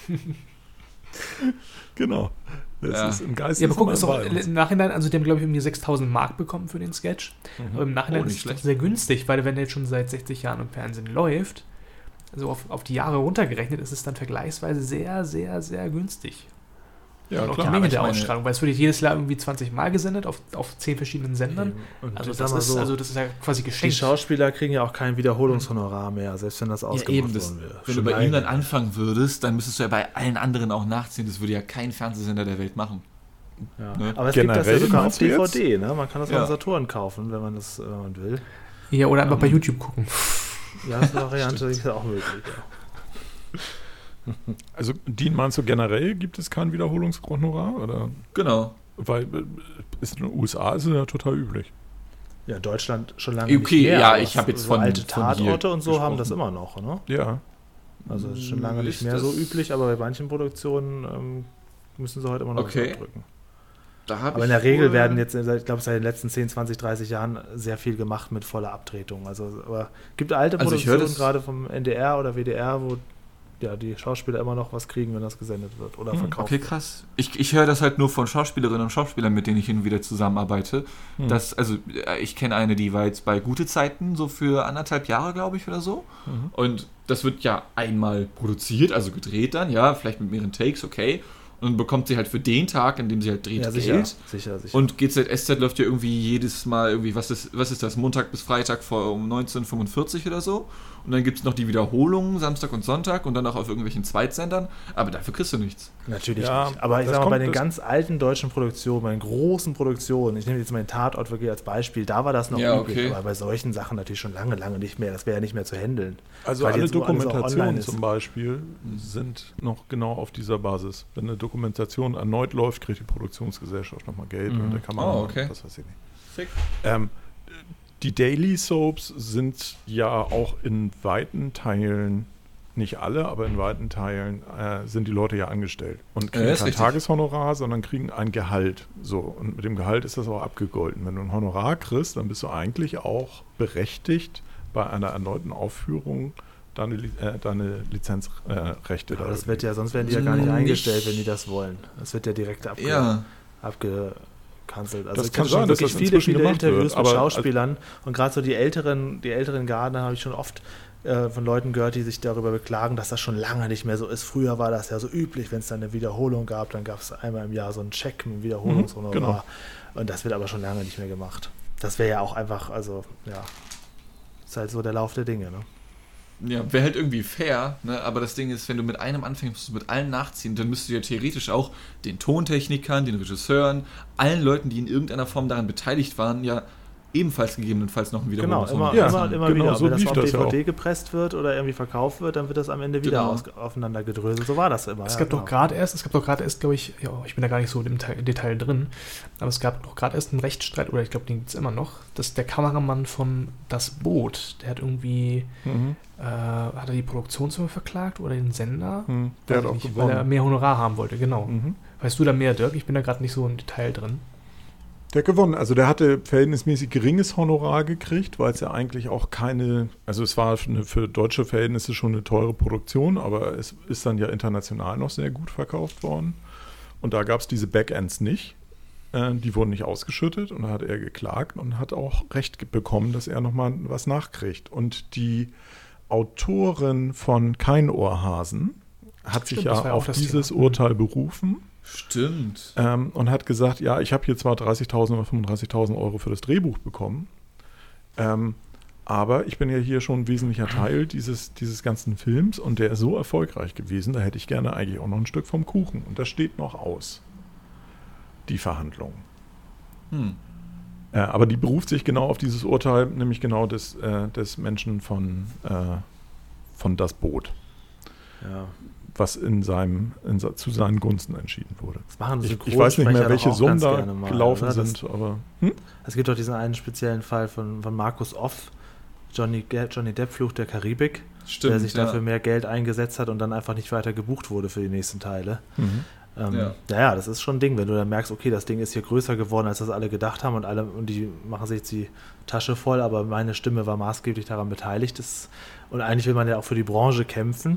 Genau. Das Ja. ist im Geist. Ja, aber guck, ist ist man doch, bei uns. im Nachhinein, also die haben, glaube ich, irgendwie sechstausend Mark bekommen für den Sketch. Aber im Nachhinein Oh, nicht ist es doch schlecht. sehr günstig, weil wenn der jetzt schon seit sechzig Jahren im Fernsehen läuft, also auf, auf die Jahre runtergerechnet, ist es dann vergleichsweise sehr, sehr, sehr günstig. Ja, und auch klar. die Menge aber ich der meine- Ausstrahlung, weil es wird jetzt jedes Jahr irgendwie zwanzig Mal gesendet auf, auf zehn verschiedenen Sendern. Und Also ich das, sag mal ist, so, also das ist ja quasi die geschenkt. Schauspieler kriegen ja auch kein Wiederholungshonorar mehr, selbst wenn das Ja, ausgemacht eben, das, worden wäre. wenn Schon du bei ihm dann lange. anfangen würdest, dann müsstest du ja bei allen anderen auch nachziehen. Das würde ja kein Fernsehsender der Welt machen. Ja. ne? Aber es gibt das ja Generell sogar auf meinst du D V jetzt? D, ne? Man kann das Ja. auf Saturn kaufen, wenn man das wenn man will. Ja, oder einfach bei Ähm, YouTube gucken. Ja, das ist eine Variante, die ist ja auch möglich. Ja. Also, Dean, meinst du generell gibt es kein Wiederholungshonorar? Oder? Genau. Weil äh, ist in den U S A ist es ja total üblich. Ja, Deutschland schon lange Okay, nicht mehr. ja, aber ich hab jetzt so von- alte von hier Tatorte und so haben das gesprochen. immer noch, ne? Ja. Also das ist schon lange nicht Ist mehr so das- üblich, aber bei manchen Produktionen ähm, müssen sie heute immer noch Okay. drücken. Da hab Aber ich in der Regel wohl- werden jetzt, ich glaube, seit den letzten zehn, zwanzig, dreißig Jahren sehr viel gemacht mit voller Abtretung. Also, aber gibt alte Also ich hör Produktionen, das- gerade vom N D R oder W D R, wo ja, die Schauspieler immer noch was kriegen, wenn das gesendet wird oder Hm, verkauft Okay, krass. Ich, ich höre das halt nur von Schauspielerinnen und Schauspielern, mit denen ich hin und wieder zusammenarbeite. Hm. Das, also, äh, ich kenne eine, die war jetzt bei Gute Zeiten, so für anderthalb Jahre, glaube ich, oder so. Mhm. Und das wird ja einmal produziert, also gedreht dann, ja, vielleicht mit mehreren Takes, okay. Und dann bekommt sie halt für den Tag, in dem sie halt dreht, Ja, sicher, Geld. sicher, sicher. Und G Z S Z läuft ja irgendwie jedes Mal irgendwie, was ist, was ist das, Montag bis Freitag vor um neunzehn Uhr fünfundvierzig oder so. Und dann gibt es noch die Wiederholungen, Samstag und Sonntag und dann auch auf irgendwelchen Zweitsendern. Aber dafür kriegst du nichts. Natürlich Ja, nicht. Aber ich das sag mal, bei kommt- den das- ganz alten deutschen Produktionen, bei den großen Produktionen, ich nehme jetzt mal den Tatort wirklich als Beispiel, da war das noch Ja, üblich, okay. aber bei solchen Sachen natürlich schon lange, lange nicht mehr. Das wäre ja nicht mehr zu handeln. Also Gerade alle jetzt, wo alles auch Dokumentationen online ist. zum Beispiel sind noch genau auf dieser Basis. Wenn eine Dokumentation erneut läuft, kriegt die Produktionsgesellschaft nochmal Geld Mhm. und der Kamera, Oh, okay. was weiß ich nicht. Sick. Ähm, die Daily Soaps sind ja auch in weiten Teilen, nicht alle, aber in weiten Teilen äh, sind die Leute ja angestellt und kriegen Ja, ist kein richtig. Tageshonorar, sondern kriegen ein Gehalt. So, und mit dem Gehalt ist das auch abgegolten. Wenn du ein Honorar kriegst, dann bist du eigentlich auch berechtigt, bei einer erneuten Aufführung deine, Li- äh, deine Lizenzrechte. Aber das wird ja, sonst werden die ja gar nicht Nicht- eingestellt, wenn die das wollen. Das wird ja direkt abge Ja. abgekanzelt. Also Das ich kann kenne schon sein, dass wirklich das viele, inzwischen viele gemacht wird, Interviews mit aber- Schauspielern und gerade so die älteren, die älteren Garden habe ich schon oft äh, von Leuten gehört, die sich darüber beklagen, dass das schon lange nicht mehr so ist. Früher war das ja so üblich, wenn es dann eine Wiederholung gab, dann gab es einmal im Jahr so einen Check mit einem Wiederholungshonorar. Mhm, genau. Und das wird aber schon lange nicht mehr gemacht. Das wäre ja auch einfach, also ja, ist halt so der Lauf der Dinge. Ne? ja, wäre halt irgendwie fair, ne? Aber das Ding ist, wenn du mit einem anfängst, musst du mit allen nachziehen, dann müsstest du ja theoretisch auch den Tontechnikern, den Regisseuren, allen Leuten, die in irgendeiner Form daran beteiligt waren, ja ebenfalls gegebenenfalls noch ein Genau, Wiederholungsfall. immer, Ja, immer, und immer genau, wieder. so Wenn das lief auf das D ja V D auch. gepresst wird oder irgendwie verkauft wird, dann wird das am Ende wieder Genau. aus, aufeinander gedröselt. So war das immer. Es ja, gab genau. doch gerade erst, es gab doch gerade erst, glaube ich, ja, ich bin da gar nicht so im Teil, Detail drin, aber es gab doch gerade erst einen Rechtsstreit, oder ich glaube, den gibt es immer noch, dass der Kameramann von Das Boot, der hat irgendwie, Mhm. äh, hat er die Produktionsfirma verklagt oder den Sender? Mhm. Der Weiß hat auch ich nicht, weil er gewonnen. mehr Honorar haben wollte, genau. Mhm. Weißt du da mehr, Dirk? Ich bin da gerade nicht so im Detail drin. Der hat gewonnen. Also der hatte verhältnismäßig geringes Honorar gekriegt, weil es ja eigentlich auch keine, also es war eine, für deutsche Verhältnisse schon eine teure Produktion, aber es ist dann ja international noch sehr gut verkauft worden. Und da gab es diese Backends nicht. Äh, die wurden nicht ausgeschüttet und da hat er geklagt und hat auch Recht ge- bekommen, dass er nochmal was nachkriegt. Und die Autorin von Kein Ohrhasen hat sich Stimmt, ja das war ja auch auf das dieses Thema. Urteil berufen. Stimmt. Ähm, und hat gesagt, ja, ich habe hier zwar dreißigtausend oder fünfunddreißigtausend Euro für das Drehbuch bekommen, ähm, aber ich bin ja hier schon ein wesentlicher Teil dieses, dieses ganzen Films und der ist so erfolgreich gewesen, da hätte ich gerne eigentlich auch noch ein Stück vom Kuchen. Und das steht noch aus, die Verhandlung. Hm. Äh, aber die beruft sich genau auf dieses Urteil, nämlich genau des, äh, des Menschen von, äh, von Das Boot, Ja. was in seinem, in, sa- zu seinen Gunsten entschieden wurde. Das machen Ich, ich weiß nicht mehr, welche Summen da gelaufen oder? sind, aber hm? Es gibt doch diesen einen speziellen Fall von, von Markus Off, Johnny, Ge- Johnny Depp, Fluch der Karibik, Stimmt, der sich ja. dafür mehr Geld eingesetzt hat und dann einfach nicht weiter gebucht wurde für die nächsten Teile. Mhm. Ähm, Ja. ja. ja, das ist schon ein Ding, wenn du dann merkst, okay, das Ding ist hier größer geworden, als das alle gedacht haben und alle und die machen sich jetzt die Tasche voll, aber meine Stimme war maßgeblich daran beteiligt. Das, und eigentlich will man ja auch für die Branche kämpfen.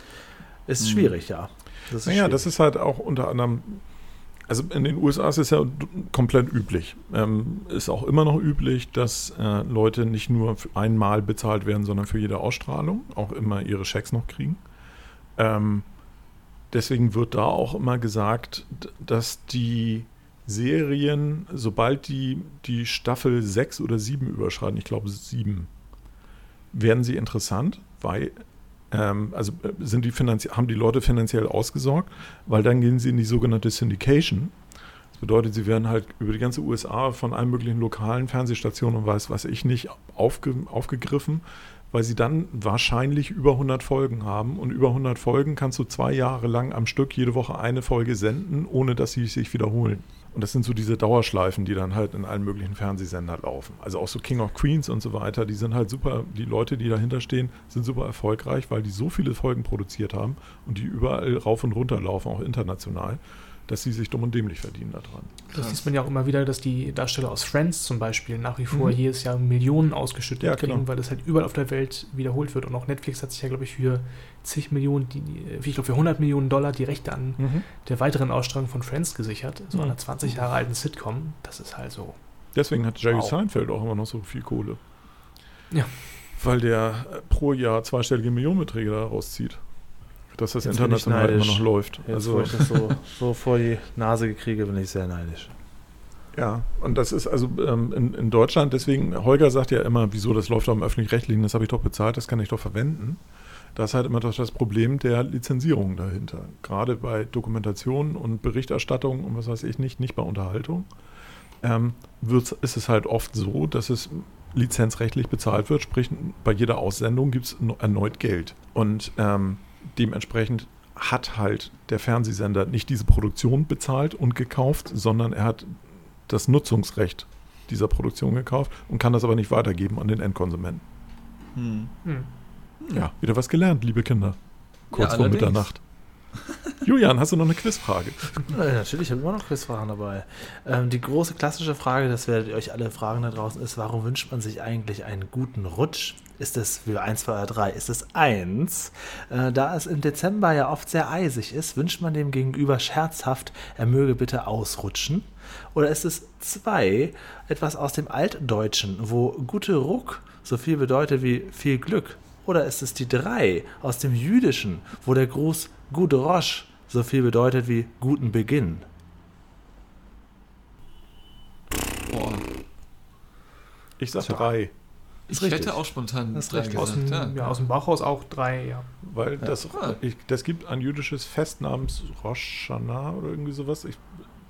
Ist Mhm. schwierig, ja. Das ist Naja, schwierig. das ist halt auch unter anderem, also in den U S A ist es ja d- komplett üblich. Ähm, ist auch immer noch üblich, dass äh, Leute nicht nur für einmal bezahlt werden, sondern für jede Ausstrahlung auch immer ihre Schecks noch kriegen. Ähm, deswegen wird da auch immer gesagt, d- dass die Serien, sobald die die Staffel sechs oder sieben überschreiten, ich glaube sieben, werden sie interessant, weil ähm, also äh, sind die finanzie- haben die Leute finanziell ausgesorgt, weil dann gehen sie in die sogenannte Syndication. Das bedeutet, sie werden halt über die ganze U S A von allen möglichen lokalen Fernsehstationen und weiß was ich nicht aufge, aufgegriffen, weil sie dann wahrscheinlich über hundert Folgen haben und über hundert Folgen kannst du zwei Jahre lang am Stück jede Woche eine Folge senden, ohne dass sie sich wiederholen. Und das sind so diese Dauerschleifen, die dann halt in allen möglichen Fernsehsendern laufen. Also auch so King of Queens und so weiter, die sind halt super, die Leute, die dahinter stehen, sind super erfolgreich, weil die so viele Folgen produziert haben und die überall rauf und runter laufen, auch international, dass sie sich dumm und dämlich verdienen daran. Das Krass. sieht man ja auch immer wieder, dass die Darsteller aus Friends zum Beispiel nach wie vor Mhm. jedes Jahr Millionen ausgeschüttet Ja, kriegen, genau. weil das halt überall auf der Welt wiederholt wird. Und auch Netflix hat sich ja, glaube ich, für zig Millionen, die, ich glaube für hundert Millionen Dollar die Rechte an der weiteren Ausstrahlung von Friends gesichert. So Mhm. einer zwanzig Jahre alten Sitcom. Das ist halt so. Deswegen hat Jerry Wow. Seinfeld auch immer noch so viel Kohle. Ja. Weil der äh, pro Jahr zweistellige Millionenbeträge da rauszieht. Dass das Jetzt bin ich international immer neidisch. noch läuft. Jetzt, also, wo ich das so, so vor die Nase kriege, bin ich sehr neidisch. ja, und das ist also ähm, in, in Deutschland, deswegen, Holger sagt ja immer, wieso, das läuft doch im Öffentlich-Rechtlichen, das habe ich doch bezahlt, das kann ich doch verwenden. Da ist halt immer doch das Problem der Lizenzierung dahinter. Gerade bei Dokumentation und Berichterstattung und was weiß ich nicht, nicht bei Unterhaltung, ähm, wird's, ist es halt oft so, dass es lizenzrechtlich bezahlt wird, sprich bei jeder Aussendung gibt es erneut Geld. Und ähm, dementsprechend hat halt der Fernsehsender nicht diese Produktion bezahlt und gekauft, sondern er hat das Nutzungsrecht dieser Produktion gekauft und kann das aber nicht weitergeben an den Endkonsumenten. Hm. Hm. Ja, wieder was gelernt, liebe Kinder. Kurz Ja, vor allerdings. Mitternacht. Julian, hast du noch eine Quizfrage? Ja, natürlich, ich habe immer noch Quizfragen dabei. Ähm, die große klassische Frage, das werdet ihr euch alle fragen da draußen, ist, warum wünscht man sich eigentlich einen guten Rutsch? Ist es für eins, zwei oder drei? Ist es eins? Äh, da es im Dezember ja oft sehr eisig ist, wünscht man dem Gegenüber scherzhaft, er möge bitte ausrutschen? Oder ist es zwei, etwas aus dem Altdeutschen, wo gute Ruck so viel bedeutet wie viel Glück? Oder ist es die drei aus dem Jüdischen, wo der Gruß Gute Rosh so viel bedeutet wie guten Beginn? Boah. Ich sag drei. Ich richtig. hätte auch spontan Das ist drei richtig. Aus dem, gesagt. ja, aus dem Bauchhaus auch drei, ja. Weil Ja. das, Ah. ich, das gibt ein jüdisches Fest namens Rosh Hashanah oder irgendwie sowas. Ich,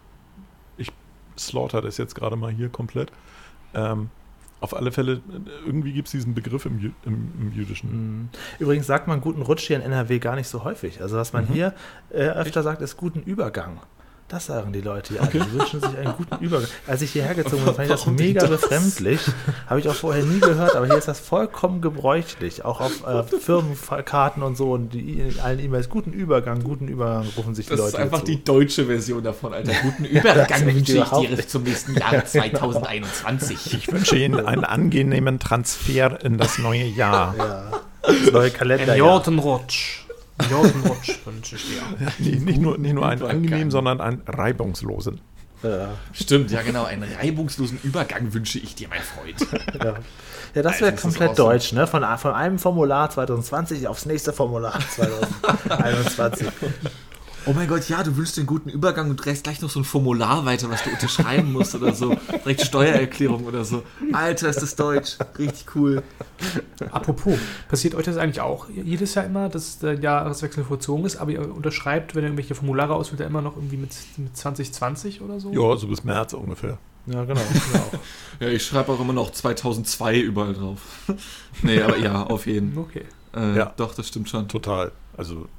ich slaughter das jetzt gerade mal hier komplett. Ähm, auf alle Fälle, irgendwie gibt es diesen Begriff im, Jü im, im Jüdischen. Mhm. Übrigens sagt man guten Rutsch hier in N R W gar nicht so häufig. Also was man Mhm. hier äh, öfter sagt, ist guten Übergang. Das sagen die Leute hier. Okay. Die wünschen sich einen guten Übergang. Als ich hierher gezogen bin, fand ich das Warum mega denn das? befremdlich. Habe ich auch vorher nie gehört, aber hier ist das vollkommen gebräuchlich. Auch auf äh, Firmenkarten und so und die, in allen E-Mails. Guten Übergang, guten Übergang rufen sich die Das Leute ist einfach hier zu. die deutsche Version davon, Alter. Guten Das Übergang möchte ich wünsche ich überhaupt dir nicht. zum nächsten Jahr zwanzig einundzwanzig. Ich wünsche Ihnen einen angenehmen Transfer in das neue Jahr. Ja, das neue Ein Kalenderjahr. Jortenrutsch. Ein Jortenrutsch wünsche ich dir. Nee, nicht, nur, nicht nur einen Übergang. angenehmen, sondern einen reibungslosen. Ja, Stimmt, ja genau. Einen reibungslosen Übergang wünsche ich dir, mein Freund. ja. ja, das Alter, wäre ist das komplett awesome. deutsch, ne? Von, von einem Formular zwanzig zwanzig aufs nächste Formular zwanzig einundzwanzig. Oh mein Gott, ja, du wünschst den guten Übergang und trägst gleich noch so ein Formular weiter, was du unterschreiben musst oder so. Direkt Steuererklärung oder so. Alter, ist das deutsch. Richtig cool. Apropos, passiert euch das eigentlich auch jedes Jahr immer, dass der Jahreswechsel vollzogen ist, aber ihr unterschreibt, wenn ihr irgendwelche Formulare ausfüllt, ja immer noch irgendwie mit, mit zwanzig zwanzig oder so? Ja, so bis März ungefähr. Ja, genau. genau. Ja, ich schreibe auch immer noch zweitausendzwei überall drauf. Nee, aber ja, auf jeden Fall. Okay. Äh, Ja. Doch, das stimmt schon. Total. Also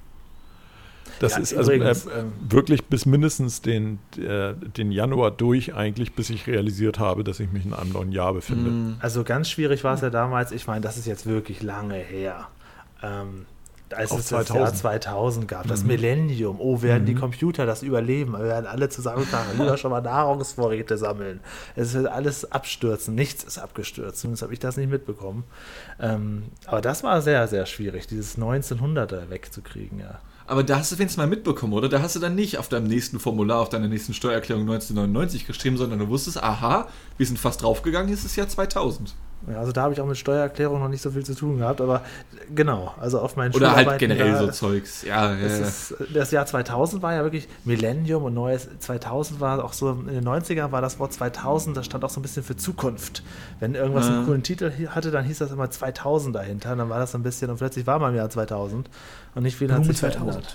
das Ja, ist also äh, übrigens, ähm, wirklich bis mindestens den, äh, den Januar durch eigentlich, bis ich realisiert habe, dass ich mich in einem neuen Jahr befinde. Mm. Also ganz schwierig war es ja damals, ich meine, das ist jetzt wirklich lange her, ähm, als Auf es das zweitausend. Jahr zweitausend gab, das Mhm. Millennium. Oh, werden die Mhm. Computer das überleben? Wir werden alle zusammenfahren, lieber schon mal Nahrungsvorräte sammeln. Es wird alles abstürzen, nichts ist abgestürzt. Zumindest habe ich das nicht mitbekommen. Ähm, aber das war sehr, sehr schwierig, dieses neunzehnhunderter wegzukriegen, ja. Aber da hast du wenigstens mal mitbekommen, oder? Da hast du dann nicht auf deinem nächsten Formular, auf deiner nächsten Steuererklärung neunzehnhundertneunundneunzig geschrieben, sondern du wusstest, aha, wir sind fast draufgegangen, ist das Jahr zweitausend. Ja, also da habe ich auch mit Steuererklärung noch nicht so viel zu tun gehabt, aber genau, also auf meinen Oder halt Schularbeiten generell da- so Zeugs. Ja, ja, Das, ja. ist, das Jahr zweitausend war ja wirklich Millennium und neues zweitausend war auch so, in den neunzigern war das Wort zweitausend, das stand auch so ein bisschen für Zukunft. Wenn irgendwas Ja. einen coolen Titel hi- hatte, dann hieß das immer zweitausend dahinter, und dann war das so ein bisschen, und plötzlich war man im Jahr zweitausend und nicht viel hat Blumen sich verändert.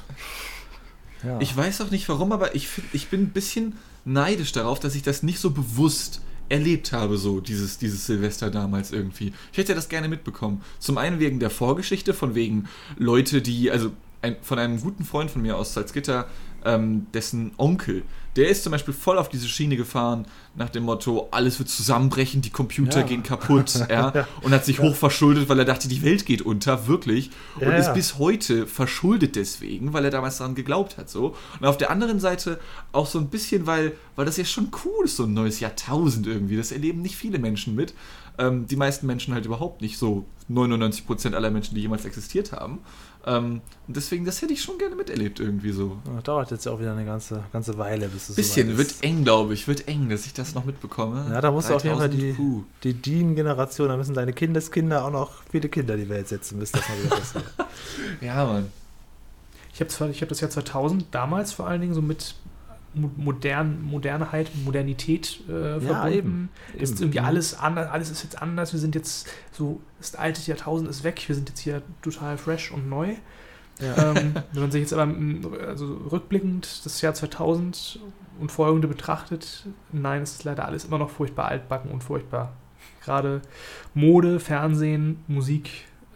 Ja. Ich weiß auch nicht warum, aber ich, find, ich bin ein bisschen neidisch darauf, dass ich das nicht so bewusst erlebt habe, so dieses, dieses Silvester damals irgendwie. Ich hätte das gerne mitbekommen. Zum einen wegen der Vorgeschichte, von wegen Leute, die, also ein, von einem guten Freund von mir aus Salzgitter, ähm, dessen Onkel, der ist zum Beispiel voll auf diese Schiene gefahren, nach dem Motto, alles wird zusammenbrechen, die Computer Ja. gehen kaputt, ja, und hat sich Ja. hoch verschuldet, weil er dachte, die Welt geht unter, wirklich, und Ja, ist ja. bis heute verschuldet deswegen, weil er damals daran geglaubt hat, so. Und auf der anderen Seite auch so ein bisschen, weil, weil das ja schon cool ist, so ein neues Jahrtausend irgendwie, das erleben nicht viele Menschen mit, ähm, die meisten Menschen halt überhaupt nicht, so neunundneunzig Prozent aller Menschen, die jemals existiert haben. Ähm, und deswegen, das hätte ich schon gerne miterlebt irgendwie so. Ja, dauert jetzt auch wieder eine ganze, ganze Weile, bis es Bisschen, soweit wird ist. eng, glaube ich, wird eng, dass ich das noch mitbekomme. Ja, da musst du auf jeden Fall die, dreitausend, puh. die DIN-Generation, da müssen deine Kindeskinder auch noch viele Kinder die Welt setzen, bis das mal wieder passiert. Ja, Mann. Ich habe zwar, ich habe das Jahr zweitausend damals vor allen Dingen so mit mo- modern, Modernheit, Modernität äh, verbunden. eben. Es ist Eben. irgendwie alles anders, alles ist jetzt anders. Wir sind jetzt so, das alte Jahrtausend ist weg, wir sind jetzt hier total fresh und neu. Ja. ähm, wenn man sich jetzt aber mm, also rückblickend das Jahr zweitausend und folgende betrachtet, nein, es ist leider alles immer noch furchtbar altbacken und furchtbar. Gerade Mode, Fernsehen, Musik, äh,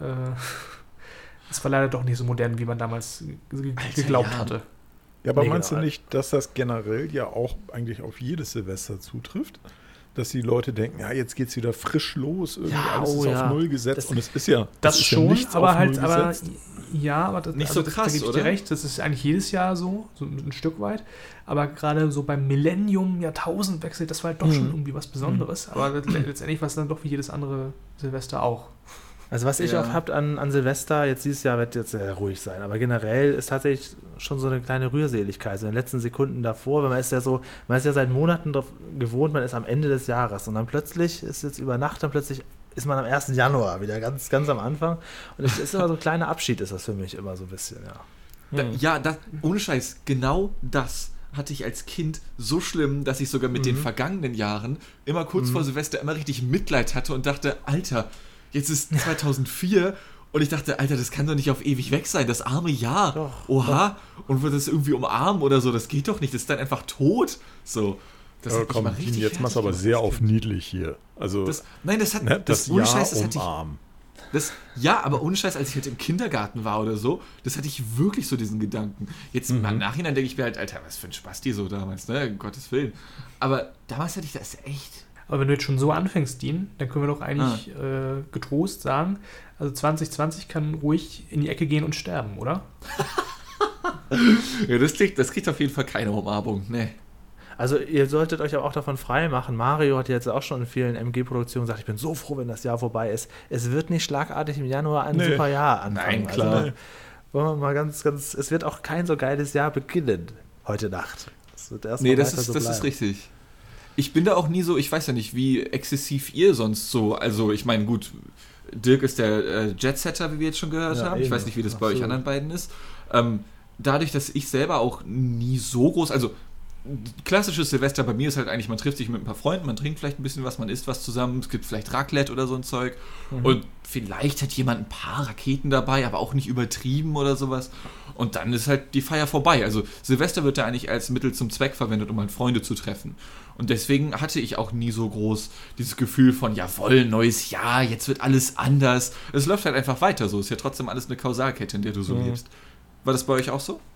es war leider doch nicht so modern, wie man damals ge- Alter, geglaubt ja. hatte. Ja, aber Nee, meinst genau. du nicht, dass das generell ja auch eigentlich auf jedes Silvester zutrifft? Dass die Leute denken, ja, jetzt geht's wieder frisch los, irgendwie Ja, alles oh ist ja. auf Null gesetzt. Das- und es ist ja Das, ist schon, ja nichts aber auf halt, Null aber gesetzt. ja, aber das, Nicht also so das, krass, da gebe ich oder? dir recht, das ist eigentlich jedes Jahr so, so ein Stück weit. Aber gerade so beim Millennium, Jahrtausendwechsel, das war halt doch Mhm. schon irgendwie was Besonderes. Aber let- letztendlich war es dann doch wie jedes andere Silvester auch. Also was ich Ja. auch habt an, an Silvester, jetzt dieses Jahr wird jetzt sehr ruhig sein, aber generell ist tatsächlich schon so eine kleine Rührseligkeit, so in den letzten Sekunden davor, weil man ist ja so, man ist ja seit Monaten drauf gewohnt, man ist am Ende des Jahres und dann plötzlich ist jetzt über Nacht, dann plötzlich ist man am ersten Januar wieder ganz, ganz am Anfang und es ist immer so ein kleiner Abschied, ist das für mich immer so ein bisschen, ja. Da, ja, das, ohne Scheiß, genau das hatte ich als Kind so schlimm, dass ich sogar mit den Mhm. vergangenen Jahren immer kurz Mhm. vor Silvester immer richtig Mitleid hatte und dachte, Alter, jetzt ist zweitausendvier und ich dachte, Alter, das kann doch nicht auf ewig weg sein, das arme Jahr. Doch, Oha, doch. Und wird das irgendwie umarmen oder so, das geht doch nicht, das ist dann einfach tot. So. Das ja, hat komm, mich mal richtig jetzt machst du aber fertig sehr gemacht, auf niedlich hier. Also, das, nein, das hat, ne, das, das ohne Jahr Scheiß, das hatte ich, umarmen. das, ja, aber ohne Scheiß, als ich halt im Kindergarten war oder so, das hatte ich wirklich so diesen Gedanken. Jetzt Mhm. im Nachhinein denke ich mir halt, Alter, was für ein Spasti so damals, ne, um Gottes Willen. Aber damals hatte ich das echt. Aber wenn du jetzt schon so anfängst, Dean, dann können wir doch eigentlich ah. äh, getrost sagen, also zwanzig zwanzig kann ruhig in die Ecke gehen und sterben, oder? Ja, das kriegt, das kriegt auf jeden Fall keine Umarmung, ne. Also ihr solltet euch aber auch davon frei machen. Mario hat jetzt auch schon in vielen M G-Produktionen gesagt, ich bin so froh, wenn das Jahr vorbei ist. Es wird nicht schlagartig im Januar ein Nee. super Jahr anfangen. Nein, klar. Also, wollen wir mal ganz, ganz, es wird auch kein so geiles Jahr beginnen heute Nacht. Das wird erst Nee, mal das, weiter ist, so das ist bleiben. richtig. Ich bin da auch nie so, ich weiß ja nicht, wie exzessiv ihr sonst so, also ich meine, gut, Dirk ist der äh, Jetsetter, wie wir jetzt schon gehört Ja, haben. Ich eben. weiß nicht, wie das bei Absolut. euch anderen beiden ist. Ähm, dadurch, dass ich selber auch nie so groß, also klassisches Silvester bei mir ist halt eigentlich, man trifft sich mit ein paar Freunden, man trinkt vielleicht ein bisschen was, man isst was zusammen, es gibt vielleicht Raclette oder so ein Zeug Mhm. und vielleicht hat jemand ein paar Raketen dabei, aber auch nicht übertrieben oder sowas und dann ist halt die Feier vorbei. Also Silvester wird ja eigentlich als Mittel zum Zweck verwendet, um halt Freunde zu treffen und deswegen hatte ich auch nie so groß dieses Gefühl von, jawohl, neues Jahr, jetzt wird alles anders. Es läuft halt einfach weiter so, ist ja trotzdem alles eine Kausalkette, in der du so Mhm. lebst. War das bei euch auch so?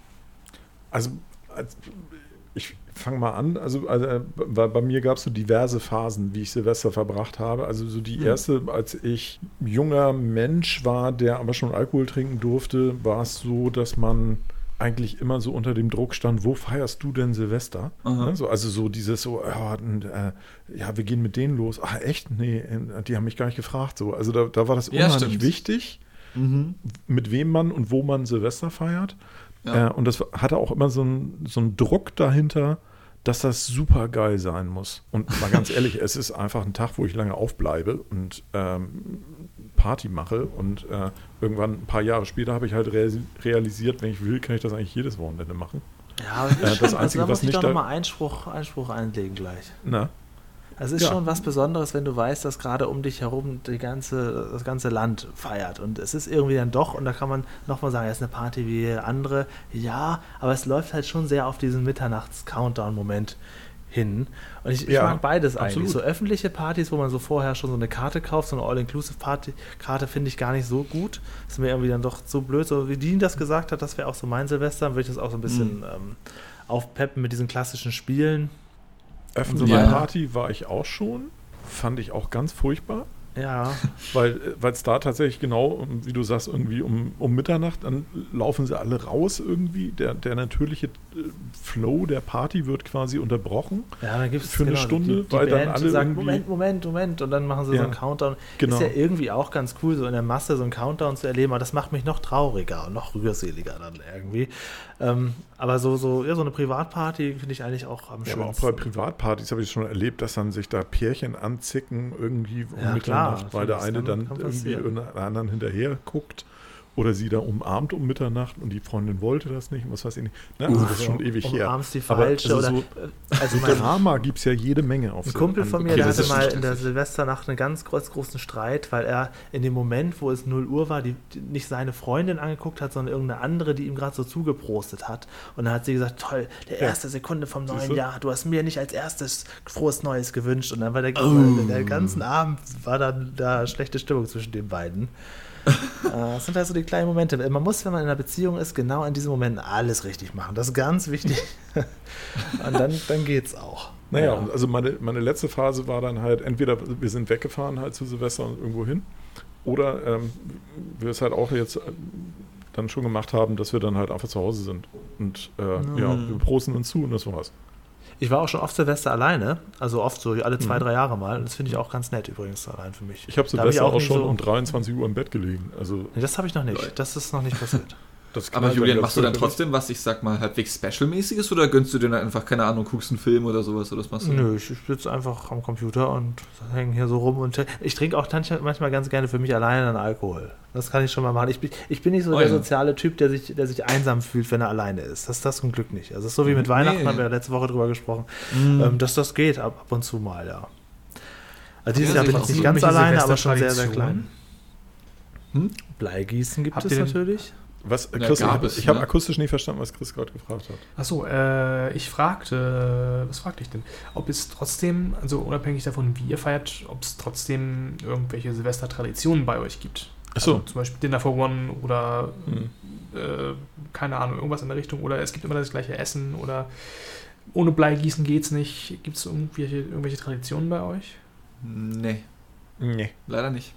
Also, als, ich fange mal an. Also, also äh, bei, bei mir gab es so diverse Phasen, wie ich Silvester verbracht habe. Also, so die erste, als ich junger Mensch war, der aber schon Alkohol trinken durfte, war es so, dass man eigentlich immer so unter dem Druck stand, wo feierst du denn Silvester? Aha. Ne, so, also so dieses so, ja, und, äh, ja, wir gehen mit denen los. Ach echt? Nee, äh, die haben mich gar nicht gefragt. So. Also da, da war das Ja, unheimlich stimmt. wichtig, Mhm. mit wem man und wo man Silvester feiert. Ja. Äh, und das hatte auch immer so einen so einen Druck dahinter, dass das super geil sein muss. Und mal ganz ehrlich, es ist einfach ein Tag, wo ich lange aufbleibe und ähm, Party mache. Und äh, irgendwann ein paar Jahre später habe ich halt rea- realisiert, wenn ich will, kann ich das eigentlich jedes Wochenende machen. Ja, aber das, Äh, ist das schon, Einzige, also da was muss ich nicht doch da- nochmal Einspruch, Einspruch einlegen gleich. Na, Also es ist Ja. schon was Besonderes, wenn du weißt, dass gerade um dich herum die ganze, das ganze Land feiert. Und es ist irgendwie dann doch, und da kann man nochmal sagen, es ist eine Party wie andere. Ja, aber es läuft halt schon sehr auf diesen Mitternachts-Countdown-Moment hin. Und ich, ich Ja, mag beides absolut. eigentlich. So öffentliche Partys, wo man so vorher schon so eine Karte kauft, so eine All-Inclusive-Party-Karte finde ich gar nicht so gut. Das ist mir irgendwie dann doch so blöd. So wie Dean das gesagt hat, das wäre auch so mein Silvester, dann würde ich das auch so ein bisschen Mhm. ähm, aufpeppen mit diesen klassischen Spielen. öffentliche Ja. Party war ich auch schon. Fand ich auch ganz furchtbar. Ja, Weil es da tatsächlich genau, um, wie du sagst, irgendwie um, um Mitternacht, dann laufen sie alle raus irgendwie. Der, der natürliche äh, Flow der Party wird quasi unterbrochen. Ja, dann gibt es Für eine Stunde, die, die weil dann Band alle sagt, irgendwie- Moment, Moment, Moment, und dann machen sie so Ja, einen Countdown. genau. Ist ja irgendwie auch ganz cool, so in der Masse so einen Countdown zu erleben, aber das macht mich noch trauriger und noch rührseliger dann irgendwie. Ähm, aber so, so, ja, so eine Privatparty finde ich eigentlich auch am Ja, aber auch schönsten. bei Privatpartys habe ich schon erlebt, dass dann sich da Pärchen anzicken irgendwie um Ja, klar, Mitternacht, weil der das eine kann- dann kann irgendwie passieren. irgendeinen anderen hinterher guckt oder sie da umarmt um Mitternacht und die Freundin wollte das nicht und was weiß ich nicht. Ne? Also das ist schon ewig her. Umarmst die Aber falsche also oder so, also so mein, Drama gibt es ja jede Menge auf ein so- Kumpel an- von mir, Okay, der das hatte ist mal schon in der stressig. Silvesternacht einen ganz groß, großen Streit, weil er in dem Moment, wo es null Uhr war, die, die nicht seine Freundin angeguckt hat, sondern irgendeine andere, die ihm gerade so zugeprostet hat. Und dann hat sie gesagt, toll, der Ja. erste Sekunde vom neuen Siehst du? Jahr, du hast mir nicht als erstes frohes Neues gewünscht. Und dann war der, Oh. der ganzen Abend war dann da schlechte Stimmung zwischen den beiden. Äh, Das sind halt so die kleinen Momente. Man muss, wenn man in einer Beziehung ist, genau in diesen Momenten alles richtig machen. Das ist ganz wichtig. Und dann, dann geht's auch. Naja, Ja. und also meine, meine letzte Phase war dann halt, entweder wir sind weggefahren halt zu Silvester und irgendwo hin, oder ähm, wir es halt auch jetzt äh, dann schon gemacht haben, dass wir dann halt einfach zu Hause sind. Und äh, Mhm. ja, wir prosten uns zu und das war's. Ich war auch schon oft Silvester alleine, also oft so alle zwei, Mhm. drei Jahre mal. Und das finde ich auch ganz nett übrigens allein für mich. Ich habe Da hab ich Silvester auch, nie schon so- um dreiundzwanzig Uhr im Bett gelegen. Also Nee, das habe ich noch nicht. Das ist noch nicht passiert. das Aber knallt Julian, ganz machst du dann fürchterlich. trotzdem was, ich sag mal, halbwegs Special-mäßiges oder gönnst du dir dann einfach, keine Ahnung, guckst einen Film oder sowas oder was machst du? Nö, ich sitze einfach am Computer und hänge hier so rum. Und ich trinke auch manchmal manchmal ganz gerne für mich alleine einen Alkohol. Das kann ich schon mal machen. Ich bin, ich bin nicht so Oh der ja. soziale Typ, der sich, der sich einsam fühlt, wenn er alleine ist. Das ist das zum Glück nicht. Also es ist so wie mit Weihnachten, Nee. haben wir ja letzte Woche drüber gesprochen, Mhm. ähm, dass das geht ab, ab und zu mal, ja. Also dieses Ja, Jahr bin sicher. ich nicht Auch ganz irgendwelche alleine, aber schon sehr, sehr Silvestertraditionen? klein. Hm? Bleigießen gibt Habt es ihr denn- natürlich. Was, Na, Chris, ich gab habe es, hab ne? akustisch nicht verstanden, was Chris gerade gefragt hat. Achso, äh, ich fragte, was fragte ich denn? Ob es trotzdem, also unabhängig davon, wie ihr feiert, ob es trotzdem irgendwelche Silvestertraditionen bei euch gibt. Achso. Also zum Beispiel Dinner for One oder Hm. äh, keine Ahnung, irgendwas in der Richtung. Oder es gibt immer das gleiche Essen oder ohne Bleigießen geht's nicht. Gibt es irgendwelche, irgendwelche Traditionen bei euch? Nee, Nee. leider nicht.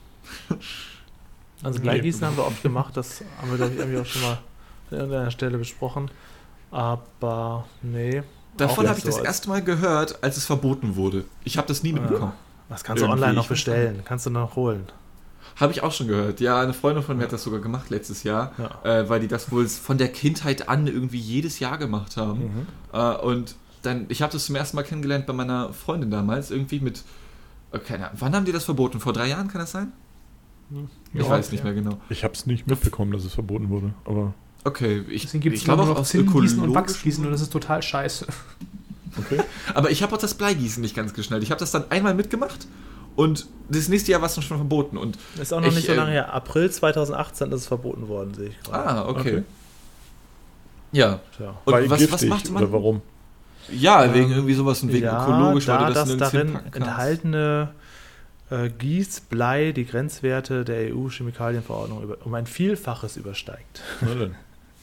Also Nee. Bleigießen haben wir oft gemacht, das haben wir, glaube ich, irgendwie auch schon mal an irgendeiner Stelle besprochen. Aber nee. Davon auch habe ich nicht das so als- erste Mal gehört, als es verboten wurde. Ich habe das nie mitbekommen. Das kannst du Irgendwie, online noch ich weiß bestellen, kannst du noch holen. Habe ich auch schon gehört. Ja, eine Freundin von mir hat das sogar gemacht letztes Jahr, Ja. äh, weil die das wohl von der Kindheit an irgendwie jedes Jahr gemacht haben. Mhm. Äh, und dann, ich habe das zum ersten Mal kennengelernt bei meiner Freundin damals, irgendwie mit, äh, keine Ahnung, wann haben die das verboten? Vor drei Jahren, kann das sein? Ich Ja, weiß nicht ja. mehr genau. Ich habe es nicht mitbekommen, dass es verboten wurde, aber Okay, ich, Deswegen gibt es ich glaube nur auch noch aus Zinnengießen und ökologischen Wachsgießen und das ist total scheiße. okay. Aber ich habe auch das Bleigießen nicht ganz geschnallt. Ich habe das dann einmal mitgemacht und das nächste Jahr war es dann schon verboten. Und Ist auch noch Ich, nicht so äh, lange her. April zweitausendachtzehn ist es verboten worden, sehe ich gerade. ah, okay. Okay. Ja. Tja. Und Weil was, giftig, was macht man? oder warum? Ja, wegen Ähm, irgendwie sowas und wegen ja, ökologisch, weil da du das das nirgends darin hinpacken kannst. enthaltene äh, Gieß, Blei die Grenzwerte der E U-Chemikalienverordnung über, um ein Vielfaches übersteigt. Na dann.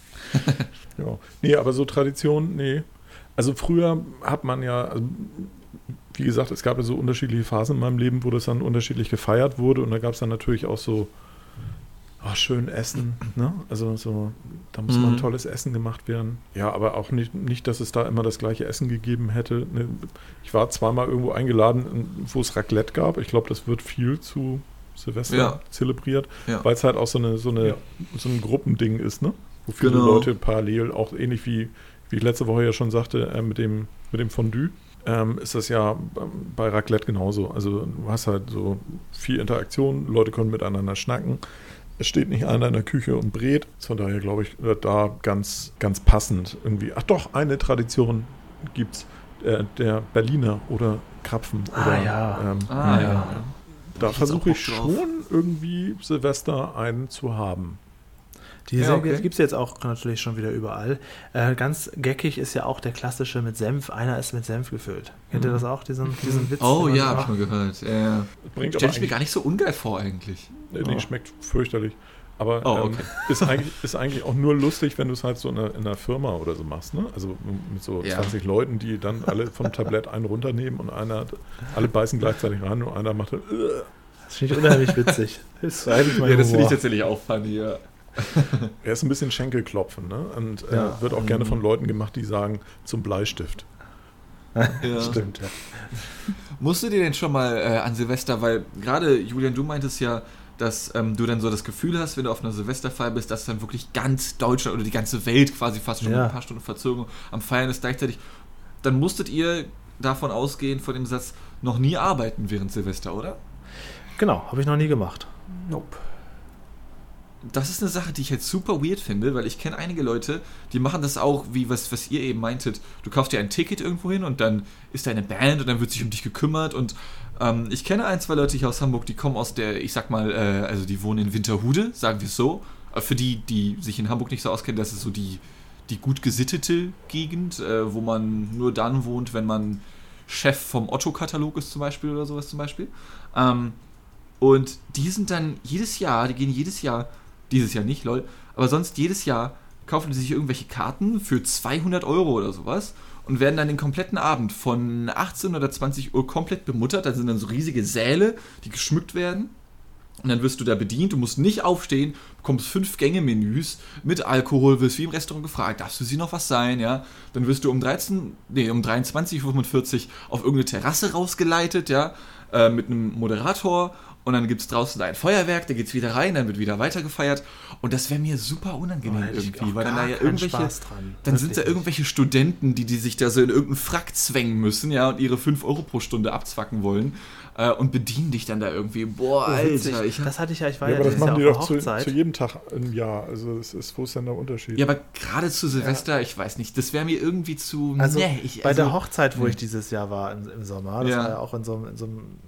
Ja. Nee, aber so Tradition, nee. Also früher hat man ja, also wie gesagt, es gab ja so unterschiedliche Phasen in meinem Leben, wo das dann unterschiedlich gefeiert wurde und da gab es dann natürlich auch so oh, schön Essen, ne? Also so, da muss mal ein Mhm. tolles Essen gemacht werden. Ja, aber auch nicht, nicht, dass es da immer das gleiche Essen gegeben hätte. Ne? Ich war zweimal irgendwo eingeladen, wo es Raclette gab. Ich glaube, das wird viel zu Silvester Ja. zelebriert, Ja. weil es halt auch so eine, so eine, Ja. so ein Gruppending ist, ne? Wo viele Genau. Leute parallel, auch ähnlich wie, wie ich letzte Woche ja schon sagte, äh, mit dem, mit dem Fondue, ähm, ist das ja ähm, bei Raclette genauso. Also du hast halt so viel Interaktion, Leute können miteinander schnacken. Es steht nicht einer in der Küche und brät. Von daher glaube ich, äh, da ganz, ganz passend irgendwie. Ach doch, eine Tradition gibt's. Äh, der Berliner oder Krapfen. Ah, oder, ja. Ähm, Ah, ja. ja. Da Ich versuche jetzt ich auch Bock drauf. schon irgendwie Silvester einen zu haben. Die Ja, okay. gibt es jetzt auch natürlich schon wieder überall. Äh, ganz geckig ist ja auch der klassische mit Senf. Einer ist mit Senf gefüllt. Kennt ihr das auch, diesen, diesen Witz? Oh den man ja, so hab ich macht? mal gehört. Ja. Bringt Stell aber ich mir gar nicht so ungeil vor eigentlich. Nee, nee, Oh. schmeckt fürchterlich. Aber Oh, ähm, okay. ist, eigentlich, ist eigentlich auch nur lustig, wenn du es halt so in einer, in einer Firma oder so machst. Ne? Also mit so Ja. zwanzig Leuten, die dann alle vom Tablett einen runternehmen und einer, alle beißen gleichzeitig rein und einer macht dann, "Ugh." Das finde ich unheimlich witzig. Das ist eigentlich mein Ja, das finde ich Humor. tatsächlich auch funny, ja. Er ist ein bisschen Schenkelklopfen, ne? Und äh, Ja. wird auch gerne Mhm. von Leuten gemacht, die sagen, zum Bleistift. ja. Stimmt, ja. Musst du dir denn schon mal äh, an Silvester, weil gerade Julian, du meintest ja, dass ähm, du dann so das Gefühl hast, wenn du auf einer Silvesterfeier bist, dass dann wirklich ganz Deutschland oder die ganze Welt quasi fast schon Ja. mit ein paar Stunden Verzögerung am Feiern ist gleichzeitig. Dann musstet ihr davon ausgehen, von dem Satz, noch nie arbeiten während Silvester, oder? Genau, habe ich noch nie gemacht. Nope. Das ist eine Sache, die ich jetzt super weird finde, weil ich kenne einige Leute, die machen das auch, wie was, was ihr eben meintet. Du kaufst dir ein Ticket irgendwo hin und dann ist da eine Band und dann wird sich um dich gekümmert. Und ähm, ich kenne ein, zwei Leute hier aus Hamburg, die kommen aus der, ich sag mal, äh, also die wohnen in Winterhude, sagen wir es so. Äh, für die, die sich in Hamburg nicht so auskennen, das ist so die, die gut gesittete Gegend, äh, wo man nur dann wohnt, wenn man Chef vom Otto-Katalog ist zum Beispiel oder sowas zum Beispiel. Ähm, und die sind dann jedes Jahr, die gehen jedes Jahr, dieses Jahr nicht, lol, aber sonst jedes Jahr kaufen die sich irgendwelche Karten für zweihundert Euro oder sowas und werden dann den kompletten Abend von achtzehn oder zwanzig Uhr komplett bemuttert. Da sind dann so riesige Säle, die geschmückt werden. Und dann wirst du da bedient, du musst nicht aufstehen, bekommst fünf Gänge-Menüs mit Alkohol, wirst wie im Restaurant gefragt, darfst du sie noch was sein, ja? Dann wirst du um dreizehn, nee, um dreiundzwanzig Uhr fünfundvierzig auf irgendeine Terrasse rausgeleitet, ja, äh, mit einem Moderator. Und dann gibt es draußen ein Feuerwerk, da geht's wieder rein, dann wird wieder weiter gefeiert. Und das wäre mir super unangenehm Oh, hätte ich irgendwie, auch weil dann gar da ja keinen irgendwelche, Spaß dran. dann sind da Wirklich irgendwelche Studenten, die, die sich da so in irgendeinen Frack zwängen müssen, ja, und ihre fünf Euro pro Stunde abzwacken wollen äh, und bedienen dich dann da irgendwie. Boah, Oh, Alter, witzig. ich hab, Das hatte ich ja, ich war Ja, ja, aber das dieses machen die Jahr doch auf zu, der Hochzeit. zu jedem Tag im Jahr. Also es ist, wo ist denn der Unterschied? ja, aber gerade zu Silvester, ich weiß nicht, das wäre mir irgendwie zu. Also nee, ich, bei also, der Hochzeit, wo nee. ich dieses Jahr war im, im Sommer, das Ja. war ja auch in so, einem- in so einem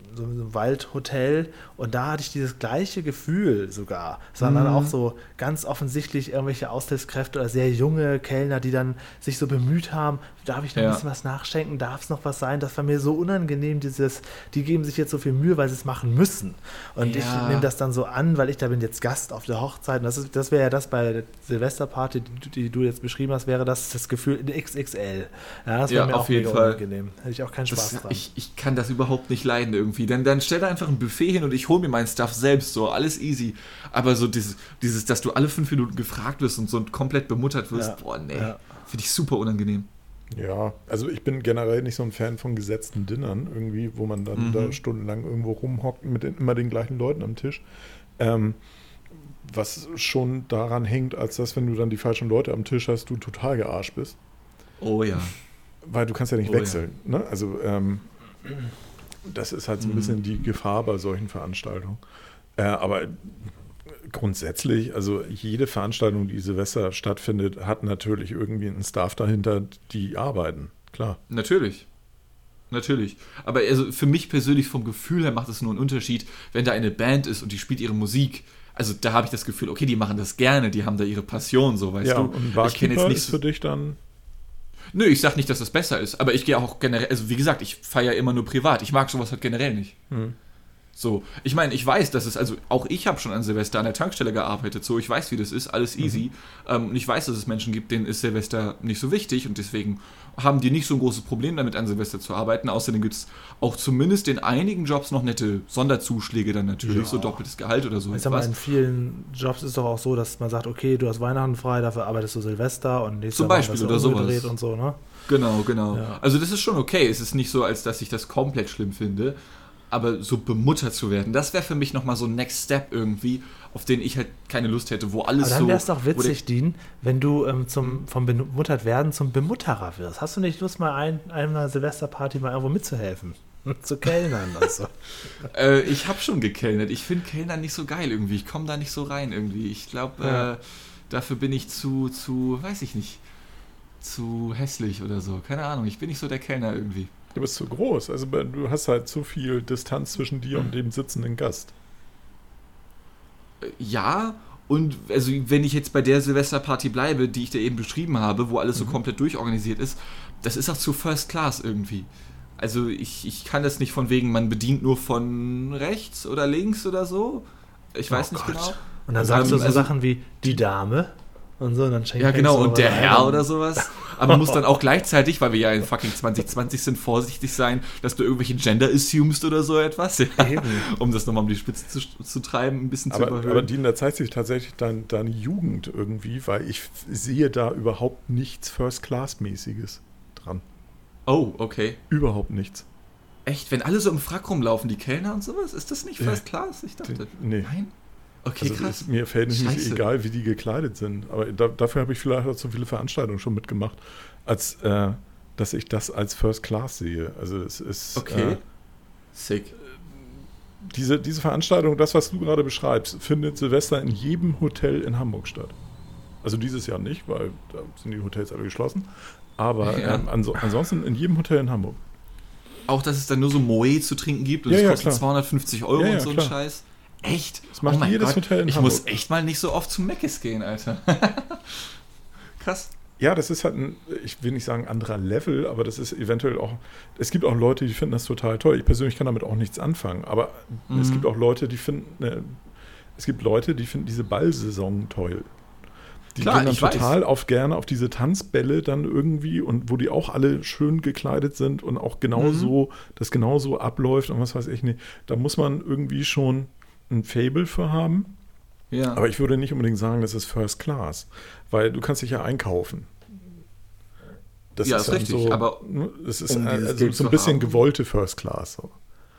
so einem Waldhotel und da hatte ich dieses gleiche Gefühl sogar. Es waren dann auch so ganz offensichtlich irgendwelche Aushilfskräfte oder sehr junge Kellner, die dann sich so bemüht haben, darf ich noch Ja. ein bisschen was nachschenken, darf es noch was sein? Das war mir so unangenehm, dieses, die geben sich jetzt so viel Mühe, weil sie es machen müssen. Und Ja. ich nehme das dann so an, weil ich da bin jetzt Gast auf der Hochzeit und das, ist, das wäre ja das bei der Silvesterparty, die, die du jetzt beschrieben hast, wäre das das Gefühl in X X L. Ja, das wäre Ja, mir auf auch jeden mega Fall. unangenehm. Hätte ich auch keinen Spaß Das, dran. ich, ich kann das überhaupt nicht leiden irgendwie. Dann, dann stell da einfach ein Buffet hin und ich hole mir meinen Stuff selbst, so, alles easy. Aber so dieses, dieses, dass du alle fünf Minuten gefragt wirst und so komplett bemuttert wirst, Ja. boah, nee. Ja. Finde ich super unangenehm. Ja, also ich bin generell nicht so ein Fan von gesetzten Dinnern irgendwie, wo man dann Mhm. da stundenlang irgendwo rumhockt mit den, immer den gleichen Leuten am Tisch. Ähm, was schon daran hängt, als dass, wenn du dann die falschen Leute am Tisch hast, du total gearscht bist. Oh ja. Weil du kannst ja nicht Oh ja. wechseln. Ne? Also ähm, das ist halt so ein Mhm. bisschen die Gefahr bei solchen Veranstaltungen. Äh, aber grundsätzlich, also jede Veranstaltung, die Silvester stattfindet, hat natürlich irgendwie einen Staff dahinter, die arbeiten. Klar. Natürlich. Natürlich. Aber also für mich persönlich vom Gefühl her macht es nur einen Unterschied, wenn da eine Band ist und die spielt ihre Musik. Also da habe ich das Gefühl, okay, die machen das gerne, die haben da ihre Passion, so, weißt ja, du. und ein Ich kenne Barkeeper jetzt nicht ist so, für dich dann... nö, ich sag nicht, dass das besser ist, aber ich gehe auch generell, also wie gesagt, ich feiere immer nur privat. Ich mag sowas halt generell nicht. Hm. So, ich meine, ich weiß, dass es, also auch ich habe schon an Silvester an der Tankstelle gearbeitet, so, ich weiß, wie das ist, alles easy. Ähm, und ich weiß, dass es Menschen gibt, denen ist Silvester nicht so wichtig und deswegen haben die nicht so ein großes Problem damit, an Silvester zu arbeiten. Außerdem gibt es auch zumindest in einigen Jobs noch nette Sonderzuschläge dann natürlich, Ja. so doppeltes Gehalt oder so. Ich sag mal, etwas. in vielen Jobs ist doch auch so, dass man sagt, okay, du hast Weihnachten frei, dafür arbeitest du Silvester und nächstes Zum Jahr Beispiel machen wir das oder umgedreht sowas. und so, ne? Genau, genau. Ja. Also das ist schon okay. Es ist nicht so, als dass ich das komplett schlimm finde. Aber so bemuttert zu werden, das wäre für mich nochmal so ein Next Step irgendwie, auf den ich halt keine Lust hätte, wo alles Aber dann so... wäre es doch wo der- witzig, Dean, wenn du ähm, zum, vom bemuttert werden zum Bemutterer wirst. Hast du nicht Lust, mal ein, einer Silvesterparty mal irgendwo mitzuhelfen? Zu Kellnern und so. Äh, ich habe schon gekellnert. Ich finde Kellnern nicht so geil irgendwie. Ich komme da nicht so rein irgendwie. Ich glaube, Ja. äh, dafür bin ich zu, zu, weiß ich nicht, zu hässlich oder so. Keine Ahnung. Ich bin nicht so der Kellner irgendwie. Du bist zu groß. Also du hast halt zu viel Distanz zwischen dir und dem sitzenden Gast. Äh, ja, und also wenn ich jetzt bei der Silvesterparty bleibe, die ich da eben beschrieben habe, wo alles so komplett durchorganisiert ist, das ist auch zu First Class irgendwie. Also ich, ich kann das nicht von wegen, man bedient nur von rechts oder links oder so. Ich weiß Oh nicht Gott. genau. Und dann Ähm, sagst du so also- Sachen wie die Dame und so, und dann schenkt Ja, genau, so und der was ein. Herr oder sowas. Aber muss dann auch gleichzeitig, weil wir ja in fucking zwanzig zwanzig sind, vorsichtig sein, dass du irgendwelche Gender assumest oder so etwas. Ja. Eben. Um das nochmal um die Spitze zu, zu treiben, ein bisschen zu Aber, überhöhen. aber Dean, da zeigt sich tatsächlich dein, deine Jugend irgendwie, weil ich f- sehe da überhaupt nichts First-Class-mäßiges dran. oh, okay. Überhaupt nichts. Echt? Wenn alle so im Frack rumlaufen, die Kellner und sowas, ist das nicht Ja. First Class? Ich dachte. Nee. Nein? Okay, Also krass. ist mir verhältnismäßig Scheiße. egal, wie die gekleidet sind. Aber da, dafür habe ich vielleicht auch so viele Veranstaltungen schon mitgemacht, als äh, dass ich das als First Class sehe. Also es ist Okay. äh, Sick. diese, diese Veranstaltung, das, was du gerade beschreibst, findet Silvester in jedem Hotel in Hamburg statt. Also dieses Jahr nicht, weil da sind die Hotels alle geschlossen. Aber Ja. ähm, anso ansonsten in jedem Hotel in Hamburg. Auch, dass es dann nur so Moe zu trinken gibt und Ja, es ja, kostet klar. zweihundertfünfzig Euro Ja, ja, und so ein klar. Scheiß. Echt? Das macht jedes Hotel in ich Hamburg. muss echt mal nicht so oft zu Meckes gehen, Alter. Krass. Ja, das ist halt ein, ich will nicht sagen anderer Level, aber das ist eventuell auch, es gibt auch Leute, die finden das total toll. Ich persönlich kann damit auch nichts anfangen, aber Mhm. es gibt auch Leute, die finden, äh, es gibt Leute, die finden diese Ballsaison toll. Die Klar, gehen dann ich weiß. total auf gerne auf diese Tanzbälle dann irgendwie und wo die auch alle schön gekleidet sind und auch genauso, Mhm. das genauso abläuft und was weiß ich nicht. Da muss man irgendwie schon ein Faible für haben. Ja. Aber ich würde nicht unbedingt sagen, das ist First Class, weil du kannst dich ja einkaufen. Das Ja, ist dann richtig, so, aber ne, es ist um äh, dieses also Geld so ein zu bisschen haben- gewollte First Class. So.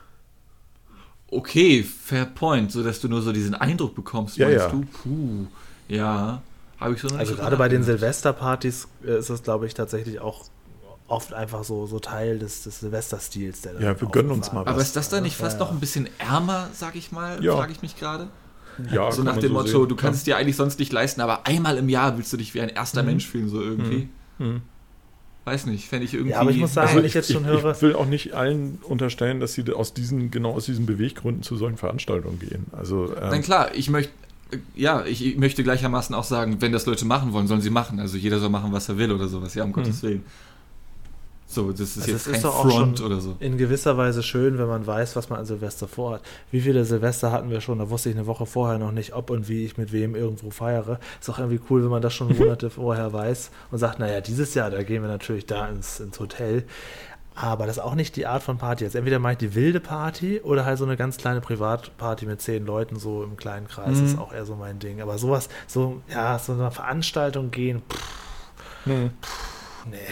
Okay, fair point, so dass du nur so diesen Eindruck bekommst, Ja, meinst ja. du? Puh, ja, habe ich so noch Also nicht so gerade bei den nachgedacht. Silvesterpartys äh, ist das, glaube ich, tatsächlich auch oft einfach so, so Teil des, des Silvesterstils. Der dann Ja, wir gönnen uns aufgefahren mal Aber was. ist das dann nicht Ja, fast ja. noch ein bisschen ärmer, sag ich mal, Ja. frage ich mich gerade? Ja, So kann nach man dem so Motto, sehen. du kannst es dir eigentlich sonst nicht leisten, aber einmal im Jahr willst du dich wie ein erster Mhm. Mensch fühlen, so irgendwie. Mhm. weiß nicht, fände ich irgendwie... Ja, aber ich muss sagen, Also wenn ich jetzt schon höre... Ich will auch nicht allen unterstellen, dass sie aus diesen, genau aus diesen Beweggründen zu solchen Veranstaltungen gehen. Also, ähm, Nein, klar, ich möchte, ja, ich, ich möchte gleichermaßen auch sagen, wenn das Leute machen wollen, sollen sie machen. Also jeder soll machen, was er will oder sowas, ja, um Gottes Willen. So, das ist Also jetzt es kein ist doch auch Front schon oder so. in gewisser Weise schön, wenn man weiß, was man an Silvester vorhat. Wie viele Silvester hatten wir schon? Da wusste ich eine Woche vorher noch nicht, ob und wie ich mit wem irgendwo feiere. Ist doch irgendwie cool, wenn man das schon Monate vorher weiß und sagt, naja, dieses Jahr, da gehen wir natürlich da ins, ins Hotel. Aber das ist auch nicht die Art von Party. Jetzt entweder mache ich die wilde Party oder halt so eine ganz kleine Privatparty mit zehn Leuten, so im kleinen Kreis. Mhm. Ist auch eher so mein Ding. Aber sowas, so, ja, so eine Veranstaltung gehen, pff, hm. pff, nee.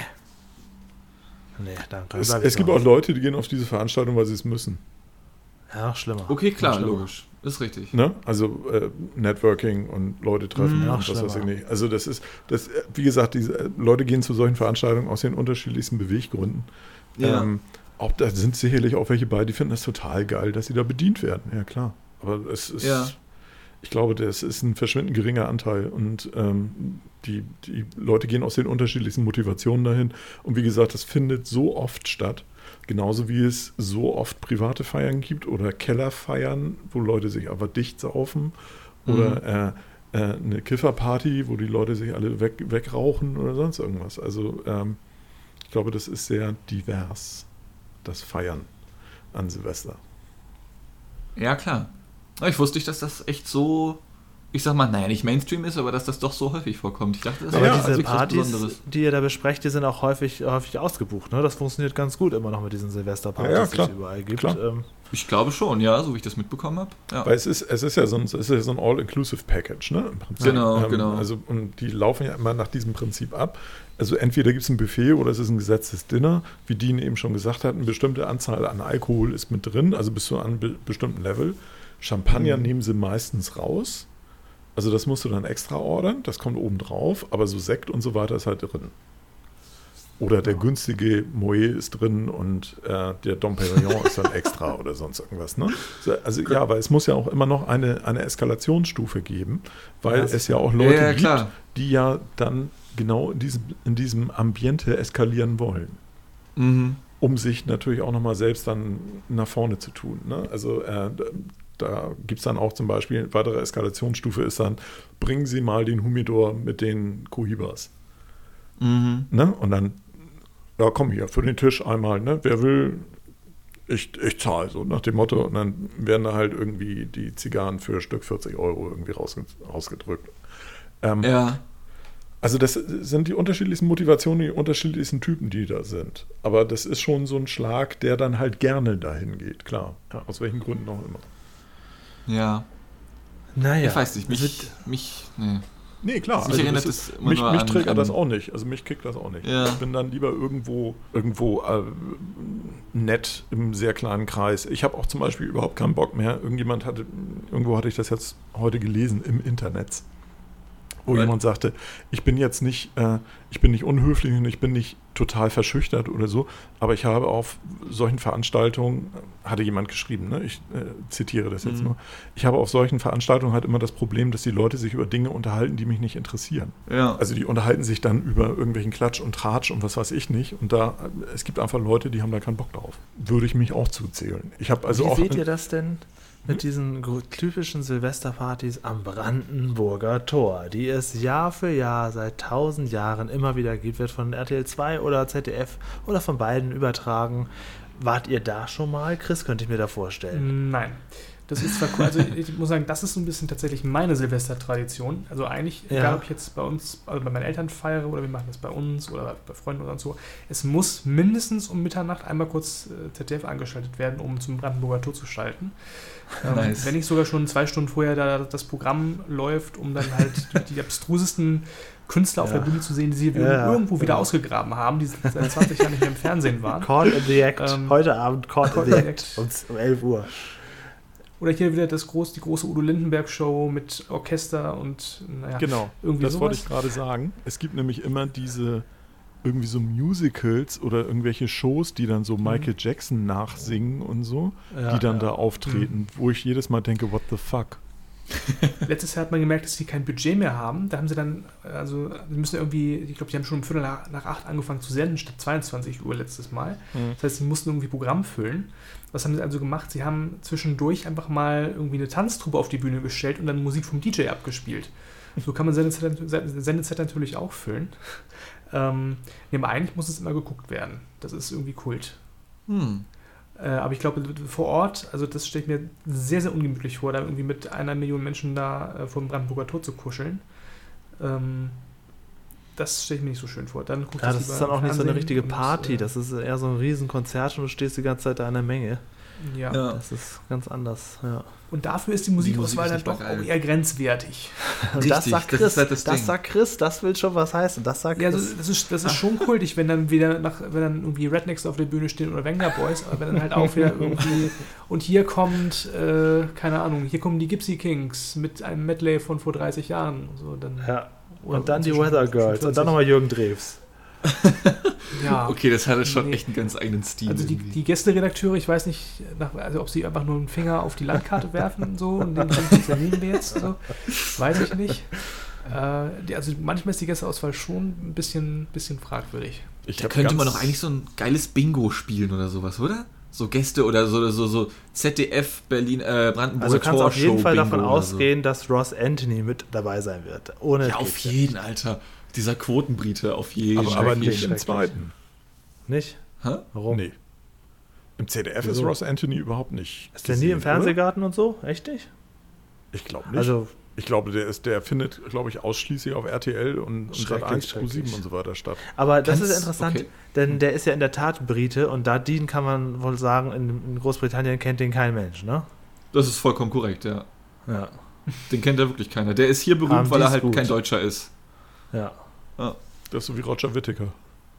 Nee, danke. es, es gibt auch Leute, die gehen auf diese Veranstaltung, weil sie es müssen. Ja, noch schlimmer. Okay, klar, Noch schlimmer. logisch. Ist richtig. Ne? Also äh, Networking und Leute treffen Mhm, und noch was weiß ich schlimmer. nicht. Also das ist, das, äh, wie gesagt, diese äh, Leute gehen zu solchen Veranstaltungen aus den unterschiedlichsten Beweggründen. Ja. Ähm, auch da sind sicherlich auch welche bei, die finden das total geil, dass sie da bedient werden. Ja, klar. Aber es ist, Ja. ich glaube, das ist ein verschwindend geringer Anteil. Und ähm, die, die Leute gehen aus den unterschiedlichsten Motivationen dahin. Und wie gesagt, das findet so oft statt. Genauso wie es so oft private Feiern gibt oder Kellerfeiern, wo Leute sich aber dicht saufen. Oder äh, äh, eine Kifferparty, wo die Leute sich alle weg, wegrauchen oder sonst irgendwas. Also ähm, ich glaube, das ist sehr divers, das Feiern an Silvester. Ja, klar. Aber ich wusste nicht, dass das echt so, ich sag mal, naja, nicht Mainstream ist, aber dass das doch so häufig vorkommt. Ich dachte, das Aber ist diese wirklich was Partys, Besonderes. die ihr da besprecht, die sind auch häufig, häufig ausgebucht. Ne? Das funktioniert ganz gut immer noch mit diesen Silvesterpartys, Ja, ja, die klar. es überall gibt. Klar. Ähm, Ich glaube schon, ja, so wie ich das mitbekommen habe. Ja. Weil es ist, es ist ja so ein, es ist ja so ein All-Inclusive-Package, ne? Im Prinzip. Genau, genau. Also, und die laufen ja immer nach diesem Prinzip ab. Also entweder gibt es ein Buffet oder es ist ein gesetztes Dinner. Wie Dean eben schon gesagt hat, eine bestimmte Anzahl an Alkohol ist mit drin, also bis zu einem be- bestimmten Level. Champagner Mhm. nehmen sie meistens raus. Also das musst du dann extra ordern, das kommt oben drauf, aber so Sekt und so weiter ist halt drin. Oder der günstige Moet ist drin und äh, der Dom Perignon ist dann extra oder sonst irgendwas. Ne? Also ja, aber es muss ja auch immer noch eine, eine Eskalationsstufe geben, weil Ja, es ja auch Leute Ja, ja, gibt, klar. die ja dann genau in diesem, in diesem Ambiente eskalieren wollen, Mhm. um sich natürlich auch nochmal selbst dann nach vorne zu tun. Ne? Also äh, da, da gibt es dann auch zum Beispiel, eine weitere Eskalationsstufe ist dann, bringen Sie mal den Humidor mit den Cohibas. Mhm. Ne? Und dann, ja, komm hier, für den Tisch einmal, ne? Wer will, ich, ich zahle, so nach dem Motto. Und dann werden da halt irgendwie die Zigarren für Stück vierzig Euro irgendwie rausge rausgedrückt. Ähm, Ja. Also das sind die unterschiedlichsten Motivationen, die unterschiedlichsten Typen, die da sind. Aber das ist schon so ein Schlag, der dann halt gerne dahin geht, klar. Aus welchen Gründen auch immer. Ja. naja. Ich weiß nicht, es mich, wird- mich, nee. Nee, klar. Mich erinnert das es ist, immer mich nur mich an- triggert an- das auch nicht. Also mich kickt das auch nicht. Ja. Ich bin dann lieber irgendwo, irgendwo äh, nett im sehr kleinen Kreis. Ich habe auch zum Beispiel überhaupt keinen Bock mehr. Irgendjemand hatte, irgendwo hatte ich das jetzt heute gelesen im Internet, wo Right. jemand sagte, ich bin jetzt nicht, äh, ich bin nicht unhöflich und ich bin nicht total verschüchtert oder so, aber ich habe auf solchen Veranstaltungen, hatte jemand geschrieben, ne? Ich äh, zitiere das jetzt Mhm. nur, ich habe auf solchen Veranstaltungen halt immer das Problem, dass die Leute sich über Dinge unterhalten, die mich nicht interessieren. Ja. Also die unterhalten sich dann über irgendwelchen Klatsch und Tratsch und was weiß ich nicht und da, es gibt einfach Leute, die haben da keinen Bock drauf. Würde ich mich auch zuzählen. Ich habe also Wie auch... seht ihr das denn mit diesen gro- typischen Silvesterpartys am Brandenburger Tor, die es Jahr für Jahr seit tausend Jahren immer wieder gibt, wird von R T L zwei oder Z D F oder von beiden übertragen. Wart ihr da schon mal? Chris, könnte ich mir da vorstellen. Nein. Das ist zwar cool, also ich muss sagen, das ist so ein bisschen tatsächlich meine Silvestertradition. Also eigentlich, Ja. egal ob ich jetzt bei uns, also bei meinen Eltern feiere oder wir machen das bei uns oder bei Freunden oder so, es muss mindestens um Mitternacht einmal kurz äh, Z D F angeschaltet werden, um zum Brandenburger Tor zu schalten. Ähm, Nice. Wenn nicht sogar schon zwei Stunden vorher da das Programm läuft, um dann halt die, die abstrusesten Künstler auf Ja. der Bühne zu sehen, die sie Ja, irgendwo wieder genau. ausgegraben haben, die seit zwanzig Jahren nicht mehr im Fernsehen waren. Caught in the Act. Ähm, Heute Abend Caught, Caught in the in the Act. Act. Um, um elf Uhr. Oder hier wieder das groß, die große Udo Lindenberg-Show mit Orchester und naja, Genau, irgendwie das sowas. wollte ich gerade sagen. Es gibt nämlich immer diese irgendwie so Musicals oder irgendwelche Shows, die dann so Michael Jackson nachsingen und so, Ja, die dann ja. da auftreten, wo ich jedes Mal denke, what the fuck? Letztes Jahr hat man gemerkt, dass sie kein Budget mehr haben. Da haben sie dann, also sie müssen irgendwie, ich glaube, die haben schon um Viertel nach, nach acht angefangen zu senden, statt zweiundzwanzig Uhr letztes Mal. Mhm. Das heißt, sie mussten irgendwie Programm füllen. Was haben sie also gemacht? Sie haben zwischendurch einfach mal irgendwie eine Tanztruppe auf die Bühne gestellt und dann Musik vom D J abgespielt. So kann man Sendezeit, Sendezeit natürlich auch füllen. Ähm, nee, aber eigentlich muss es immer geguckt werden. Das ist irgendwie Kult. Hm. Äh, aber ich glaube, vor Ort, also das stelle ich mir sehr, sehr ungemütlich vor, da irgendwie mit einer Million Menschen da äh, vor dem Brandenburger Tor zu kuscheln. Ähm, das stelle ich mir nicht so schön vor. Dann guck ja, das ist dann auch nicht so eine richtige und, Party. äh, Das ist eher so ein Riesenkonzert und du stehst die ganze Zeit da in der Menge. Ja. Ja. Das ist ganz anders, ja. Und dafür ist die Musikauswahl Die Musik dann ist doch nicht mal auch geil. eher grenzwertig. Und Richtig, das sagt das Chris, ist halt das das, Ding. sagt Chris, das will schon was heißen. Das sagt Ja, Chris. also das ist, das ist schon kultig, wenn dann wieder nach, wenn dann irgendwie Rednecks auf der Bühne stehen oder Venga Boys, aber wenn dann halt auch wieder irgendwie und hier kommt, äh, keine Ahnung, hier kommen die Gypsy Kings mit einem Medley von vor dreißig Jahren. So, dann, Ja. oder Und dann die inzwischen Weather Girls und dann nochmal Jürgen Drews. Ja. Okay, das hatte schon Nee. echt einen ganz eigenen Stil. Also die, irgendwie. die Gästeredakteure, ich weiß nicht, nach, also ob sie einfach nur einen Finger auf die Landkarte werfen und so und den zernehmen wir jetzt, so, weiß ich nicht. Äh, die, also manchmal ist die Gästeauswahl schon ein bisschen, bisschen fragwürdig. Ich Da hab könnte ganz- man doch eigentlich so ein geiles Bingo spielen oder sowas, oder? So Gäste oder so, so, so Z D F Berlin, äh, Brandenburger Also kannst auf jeden Fall davon Torshow-Bingo oder ausgehen, dass Ross Anthony mit dabei sein wird. Ohne So. Ja, auf jeden, Alter. Dieser Quotenbrite, auf jeden. Aber, aber Schrecklich, nicht im schrecklich. zweiten. Nicht? Hä? Warum? Nee. Im Z D F ist Wieso? Ross Anthony überhaupt nicht. Ist der nie im gesehen, Fernsehgarten und so? Echt nicht? oder? Ich glaube nicht. Also, ich glaube, der ist, der findet, glaube ich, ausschließlich auf R T L und, und Sat Schrecklich, eins, Pro sieben schrecklich. und so weiter statt. aber das Kannst- ist interessant, okay. denn der ist ja in der Tat Brite und da den kann man wohl sagen, in, in Großbritannien kennt den kein Mensch, ne? Das ist vollkommen korrekt, ja. Ja. Den kennt ja wirklich keiner. Der ist hier berühmt, Haben weil er die's halt gut. kein Deutscher ist. Ja. Das ist so wie Roger Whittaker.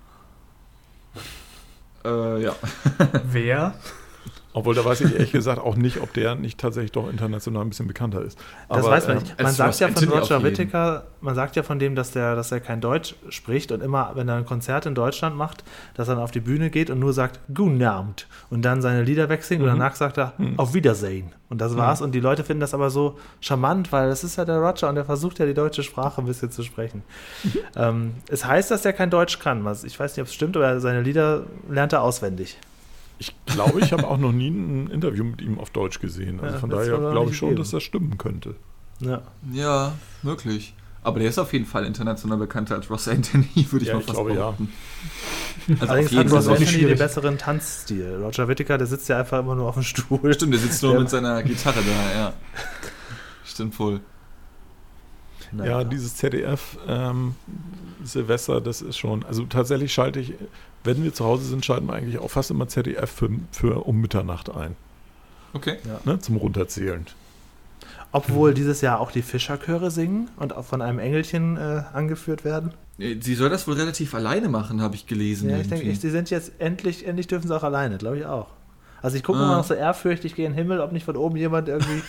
Äh, ja. Wer? Obwohl, da weiß ich ehrlich gesagt auch nicht, ob der nicht tatsächlich doch international ein bisschen bekannter ist. Das Aber, weiß man ähm, nicht. Man als sagt Ross ja von Anthony Roger auf jeden. Whittaker, man sagt ja von dem, dass der, dass er kein Deutsch spricht und immer, wenn er ein Konzert in Deutschland macht, dass er dann auf die Bühne geht und nur sagt, Guten Abend und dann seine Lieder wegsingt und Mhm. danach sagt er, Mhm. auf Wiedersehen. Und das war's. Und die Leute finden das aber so charmant, weil das ist ja der Roger und der versucht ja die deutsche Sprache ein bisschen zu sprechen. ähm, es heißt, dass er kein Deutsch kann. Was- Ich weiß nicht, ob es stimmt, aber seine Lieder lernt er auswendig. Ich glaube, ich habe auch noch nie ein Interview mit ihm auf Deutsch gesehen. Also Ja, von wird's daher wohl noch glaube ich nicht schon, geben. dass das stimmen könnte. Ja. Ja, möglich. Aber der ist auf jeden Fall international bekannter als Ross Anthony, würde ich Ja, mal ich fast glaube, ja. behaupten. Also auf Allerdings jeden hat Fall. Ross auch nicht Anthony den schwierig. besseren Tanzstil. Roger Whittaker, der sitzt ja einfach immer nur auf dem Stuhl. Stimmt, der sitzt nur Der- mit seiner Gitarre da, ja. Stimmt wohl. Naja. Ja, dieses Z D F ähm, Silvester, das ist schon, also tatsächlich schalte ich, wenn wir zu Hause sind, schalten wir eigentlich auch fast immer Z D F für, für um Mitternacht ein, Okay. ne, zum Runterzählen. Obwohl dieses Jahr auch die Fischerchöre singen und auch von einem Engelchen äh, angeführt werden. Sie soll das wohl relativ alleine machen, habe ich gelesen. Ja, ich denke, irgendwie. ich, die sind jetzt endlich, endlich dürfen sie auch alleine, glaube ich auch. Also ich gucke Ah. immer noch so ehrfürchtig gegen den Himmel, ob nicht von oben jemand irgendwie.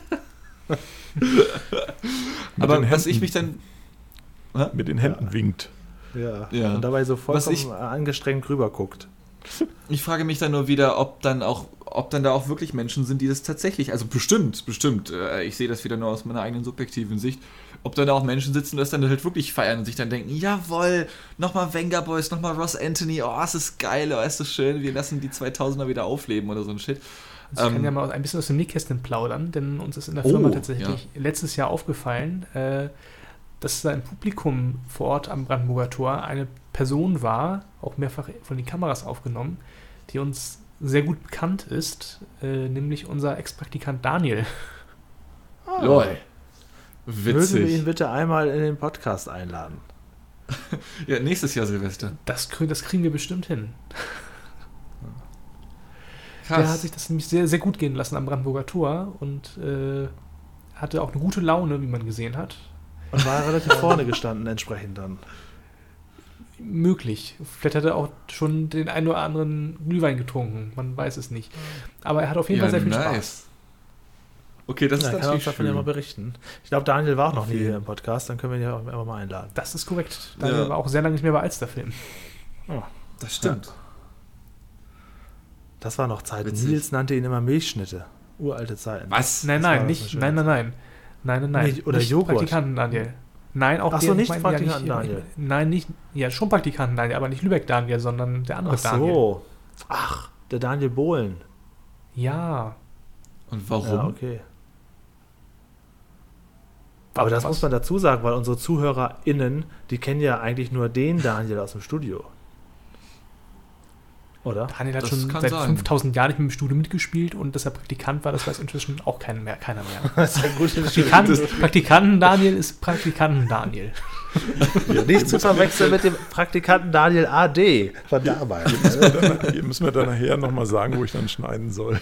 Aber den was Händen- ich mich dann... Hä? Mit den Händen winkt. ja, Ja. und dabei so Was vollkommen ich- angestrengt rüber guckt. Ich frage mich dann nur wieder, ob dann auch, ob dann da auch wirklich Menschen sind, die das tatsächlich, also bestimmt, bestimmt, äh, ich sehe das wieder nur aus meiner eigenen subjektiven Sicht, ob dann da auch Menschen sitzen und das dann halt wirklich feiern und sich dann denken, jawohl, nochmal Venga Boys, nochmal Ross Anthony, oh, es ist geil, oh, es ist schön, wir lassen die zweitausender wieder aufleben oder so ein Shit. Also ich Ähm, kann ja mal ein bisschen aus dem Nähkästchen plaudern, denn uns ist in der Firma Oh, tatsächlich letztes Jahr aufgefallen, äh, dass da im Publikum vor Ort am Brandenburger Tor eine Person war, auch mehrfach von den Kameras aufgenommen, die uns sehr gut bekannt ist, äh, nämlich unser Ex-Praktikant Daniel. Lol. Mögen wir ihn Witzig. bitte einmal in den Podcast einladen. Ja, nächstes Jahr Silvester. Das, krieg- das kriegen wir bestimmt hin. Der Krass. hat sich das nämlich sehr, sehr gut gehen lassen am Brandenburger Tor und äh, hatte auch eine gute Laune, wie man gesehen hat. Und war relativ vorne gestanden entsprechend dann. Möglich. Vielleicht hat er auch schon den einen oder anderen Glühwein getrunken. Man weiß es nicht. Aber er hat auf jeden Ja, Fall sehr viel nice. Spaß. Okay, das Ja, ist kann uns natürlich davon ja mal schön. berichten. Ich glaube, Daniel war auch noch Auf nie jeden. hier im Podcast, dann können wir ihn ja auch einfach mal einladen. Das ist korrekt. Daniel Ja. war auch sehr lange nicht mehr bei Alsterfilm. Das stimmt. Das war noch Zeit. Witzig. Nils nannte ihn immer Milchschnitte. Uralte Zeiten. Was? Nein, Das war nein, eine nicht. schöne Nein, nein, nein. Nein, nein, nein. Nicht- oder nicht Joghurt. Praktikanten Daniel. Nein, auch Ach so, der- nicht ich meine, Praktikanten ja, Daniel. Nein, nicht, ja, schon Praktikanten Daniel, aber nicht Lübeck Daniel, sondern der andere Ach Daniel. so. Ach, der Daniel Bohlen. Ja. Und warum? Ja, okay. Aber das Was? muss man dazu sagen, weil unsere ZuhörerInnen, die kennen ja eigentlich nur den Daniel aus dem Studio. Oder? Daniel hat Das schon kann seit sein. fünftausend Jahren nicht mehr im Studio mitgespielt und dass er Praktikant war, das weiß inzwischen auch kein mehr, keiner mehr. Das ist ja gut. Praktikanten, Praktikanten Daniel ist Praktikanten Daniel. Nicht zu verwechseln mit dem Praktikanten Daniel A D von damals. Hier müssen wir dann nachher nochmal sagen, wo ich dann schneiden soll.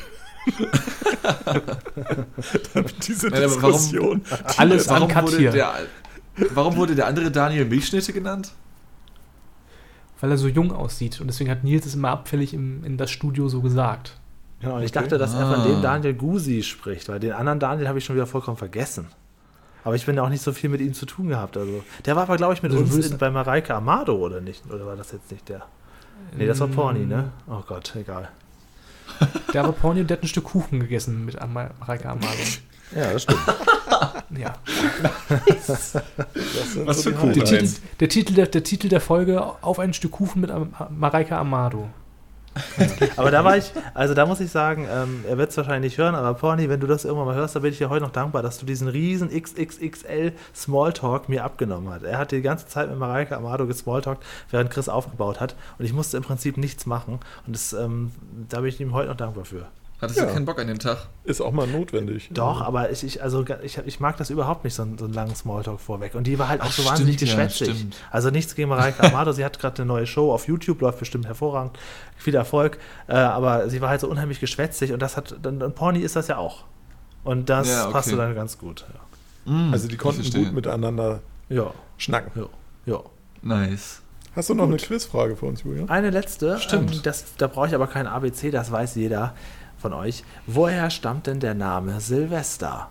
Damit diese Nein, aber warum- Diskussion. Alles warum, uncut wurde hier. der, warum wurde der andere Daniel Milchschnitte genannt? Weil er so jung aussieht und deswegen hat Nils es immer abfällig im, in das Studio so gesagt. Genau, und ich Okay. dachte, dass er Ah. von dem Daniel Gusi spricht, weil den anderen Daniel habe ich schon wieder vollkommen vergessen. Aber ich bin ja auch nicht so viel mit ihm zu tun gehabt. Also, der war aber, glaube ich, mit Also du uns würdest- in, bei Mareike Amado, oder nicht? Oder war das jetzt nicht der? Nee, das war Porni, ne? Oh Gott, egal. Der war Porni und der hat ein Stück Kuchen gegessen mit Ama- Mareike Amado. Ja, das stimmt. Ja. Das sind Was so für die Kuchen? Der Titel, Highlights. der, Titel der, der Titel der Folge Auf ein Stück Kuchen mit Am- Mareike Amado. Aber da war ich, also da muss ich sagen, ähm, er wird es wahrscheinlich nicht hören, aber Porni, wenn du das irgendwann mal hörst, da bin ich dir heute noch dankbar, dass du diesen riesen X X X L Smalltalk mir abgenommen hast. Er hat die ganze Zeit mit Mareike Amado gesmalltalkt, während Chris aufgebaut hat und ich musste im Prinzip nichts machen und das, ähm, da bin ich ihm heute noch dankbar für. Hattest du Ja. keinen Bock an dem Tag? Ist auch mal notwendig. Doch, aber ich, ich, also, ich, ich mag das überhaupt nicht, so, einen- so einen langen Smalltalk vorweg. Und die war halt auch Ach, so wahnsinnig stimmt, ja, geschwätzig. stimmt. Also nichts gegen Mareike Amado, sie hat gerade eine neue Show auf YouTube, läuft bestimmt hervorragend, viel Erfolg, äh, aber sie war halt so unheimlich geschwätzig und das hat, dann, dann Porni ist das ja auch. Und das Ja, okay. passte dann ganz gut. Also die Ich konnten verstehe. gut miteinander Ja, schnacken. ja. ja. Nice. Hast du noch eine Quizfrage für uns, Julian? Eine letzte, Stimmt. ähm, das, da brauche ich aber kein A B C, das weiß jeder von euch. Woher stammt denn der Name Silvester?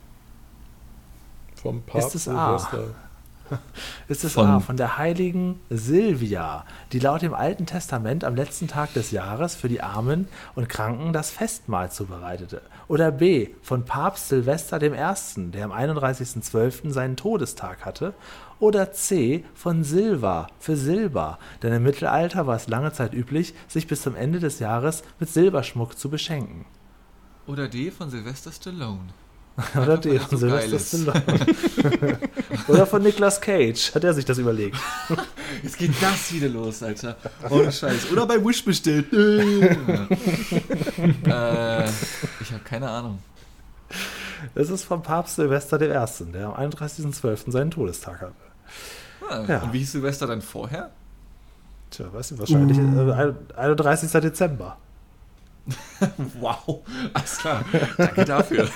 Vom Papst Ist es A? Silvester. Ist es Von- A, von der heiligen Silvia, die laut dem Alten Testament am letzten Tag des Jahres für die Armen und Kranken das Festmahl zubereitete? Oder B, von Papst Silvester dem Ersten, der am einunddreißigsten zwölften seinen Todestag hatte? Oder C, von Silva für Silber, denn im Mittelalter war es lange Zeit üblich, sich bis zum Ende des Jahres mit Silberschmuck zu beschenken? Oder D von Sylvester Stallone. Oder Einfach, D, weil das von so geil Sylvester ist. Stallone. Oder von Nicolas Cage, hat er sich das überlegt? Jetzt geht das wieder los, Alter. Ohne Scheiß. Oder bei Wish bestellt. Ja. äh, ich habe keine Ahnung. Das ist vom Papst Silvester dem Ersten, der am einunddreißigsten zwölften seinen Todestag hatte. Ah, Ja. Und wie hieß Silvester dann vorher? Tja, weißt du, wahrscheinlich äh, einunddreißigsten Dezember. Wow, alles klar. Danke dafür.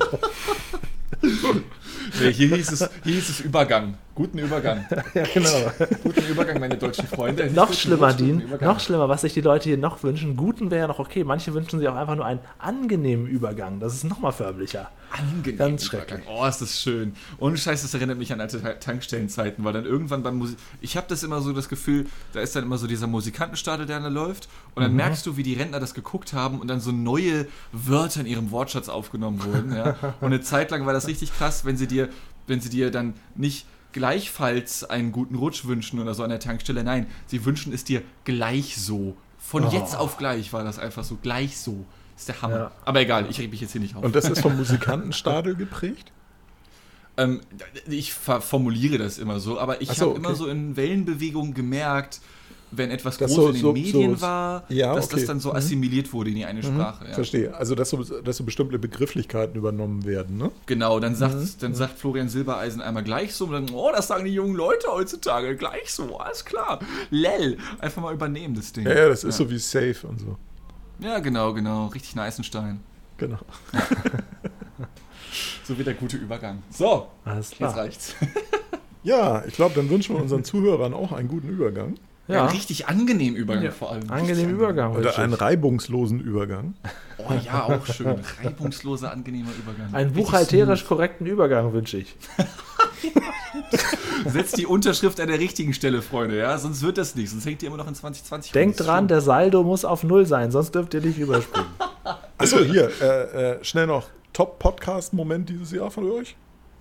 Nee, hier, hieß es, hier hieß es Übergang. Guten Übergang. Ja, genau. Guten Übergang, meine deutschen Freunde. Nicht Noch guten schlimmer, Rutsch, guten Dean, Übergang. noch schlimmer, was sich die Leute hier noch wünschen. Guten wäre ja noch okay. Manche wünschen sich auch einfach nur einen angenehmen Übergang. Das ist nochmal förmlicher. Angenehm. Ganz Übergang. schrecklich. Oh, ist das schön. Ohne Scheiß, das erinnert mich an alte Ta- Tankstellenzeiten, weil dann irgendwann beim Musik... Ich habe das immer so das Gefühl, da ist dann immer so dieser Musikantenstadel, der da läuft und dann Mhm. merkst du, wie die Rentner das geguckt haben und dann so neue Wörter in ihrem Wortschatz aufgenommen wurden. Ja? Und eine Zeit lang war das richtig krass, wenn sie dir, wenn sie dir dann nicht gleichfalls einen guten Rutsch wünschen oder so an der Tankstelle. Nein, sie wünschen es dir gleich so. Von Oh. jetzt auf gleich war das einfach so. Gleich so. Ist der Hammer. Ja. Aber egal, ich reg mich jetzt hier nicht auf. Und das ist vom Musikantenstadel geprägt? Ähm, ich ver- formuliere das immer so, aber ich Ach so, habe okay. immer so in Wellenbewegungen gemerkt, wenn etwas Das groß so- in den so- Medien so- war, ja, dass okay. das dann so Mhm. assimiliert wurde in die eine Sprache. Ja. Verstehe. Also, dass so, dass so bestimmte Begrifflichkeiten übernommen werden, ne? Genau, dann sagt, Mhm. dann sagt Florian Silbereisen einmal gleich so und dann, oh, das sagen die jungen Leute heutzutage, gleich so, alles klar. Lell, einfach mal übernehmen das Ding. Ja, ja, das ist so wie Safe und so. Ja, genau, genau, richtig Neißenstein. Genau. So wie der gute Übergang. So, Alles jetzt klar. reicht's. Ja, ich glaube, dann wünschen wir unseren Zuhörern auch einen guten Übergang. Ja. Ja, Einen richtig angenehmen Übergang Ja. vor allem. angenehmen Übergang. Oder wünsche einen ich. reibungslosen Übergang. Oh ja, auch schön. Reibungsloser, angenehmer Übergang. Einen Richtig buchhalterisch korrekten Übergang wünsche ich. Setzt die Unterschrift an der richtigen Stelle, Freunde, ja? Sonst wird das nicht. Sonst hängt ihr immer noch in zwanzig zwanzig. rum. Denkt Das ist dran, schlimm. der Saldo muss auf Null sein, sonst dürft ihr nicht überspringen. Achso, hier, äh, äh, schnell noch Top-Podcast-Moment dieses Jahr von euch.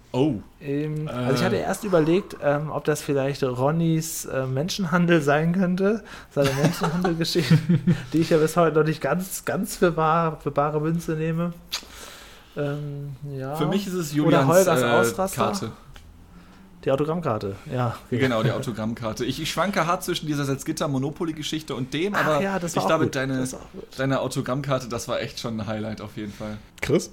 Oh. Ähm, Äh. Also ich hatte erst überlegt, ähm, ob das vielleicht Ronnys äh, Menschenhandel sein könnte, seine Menschenhandelgeschichte, die ich ja bis heute noch nicht ganz, ganz für, bar, für bare Münze nehme. Ähm, ja. Für mich ist es Oder Julians Holgers äh, Ausraster. Karte. Die Autogrammkarte, ja. Genau, die Autogrammkarte. Ich, ich schwanke hart zwischen dieser Salzgitter-Monopoly-Geschichte und dem, aber Ach ja, das war ich auch glaube, gut. deine, Das war auch gut. deine Autogrammkarte, das war echt schon ein Highlight auf jeden Fall. Chris?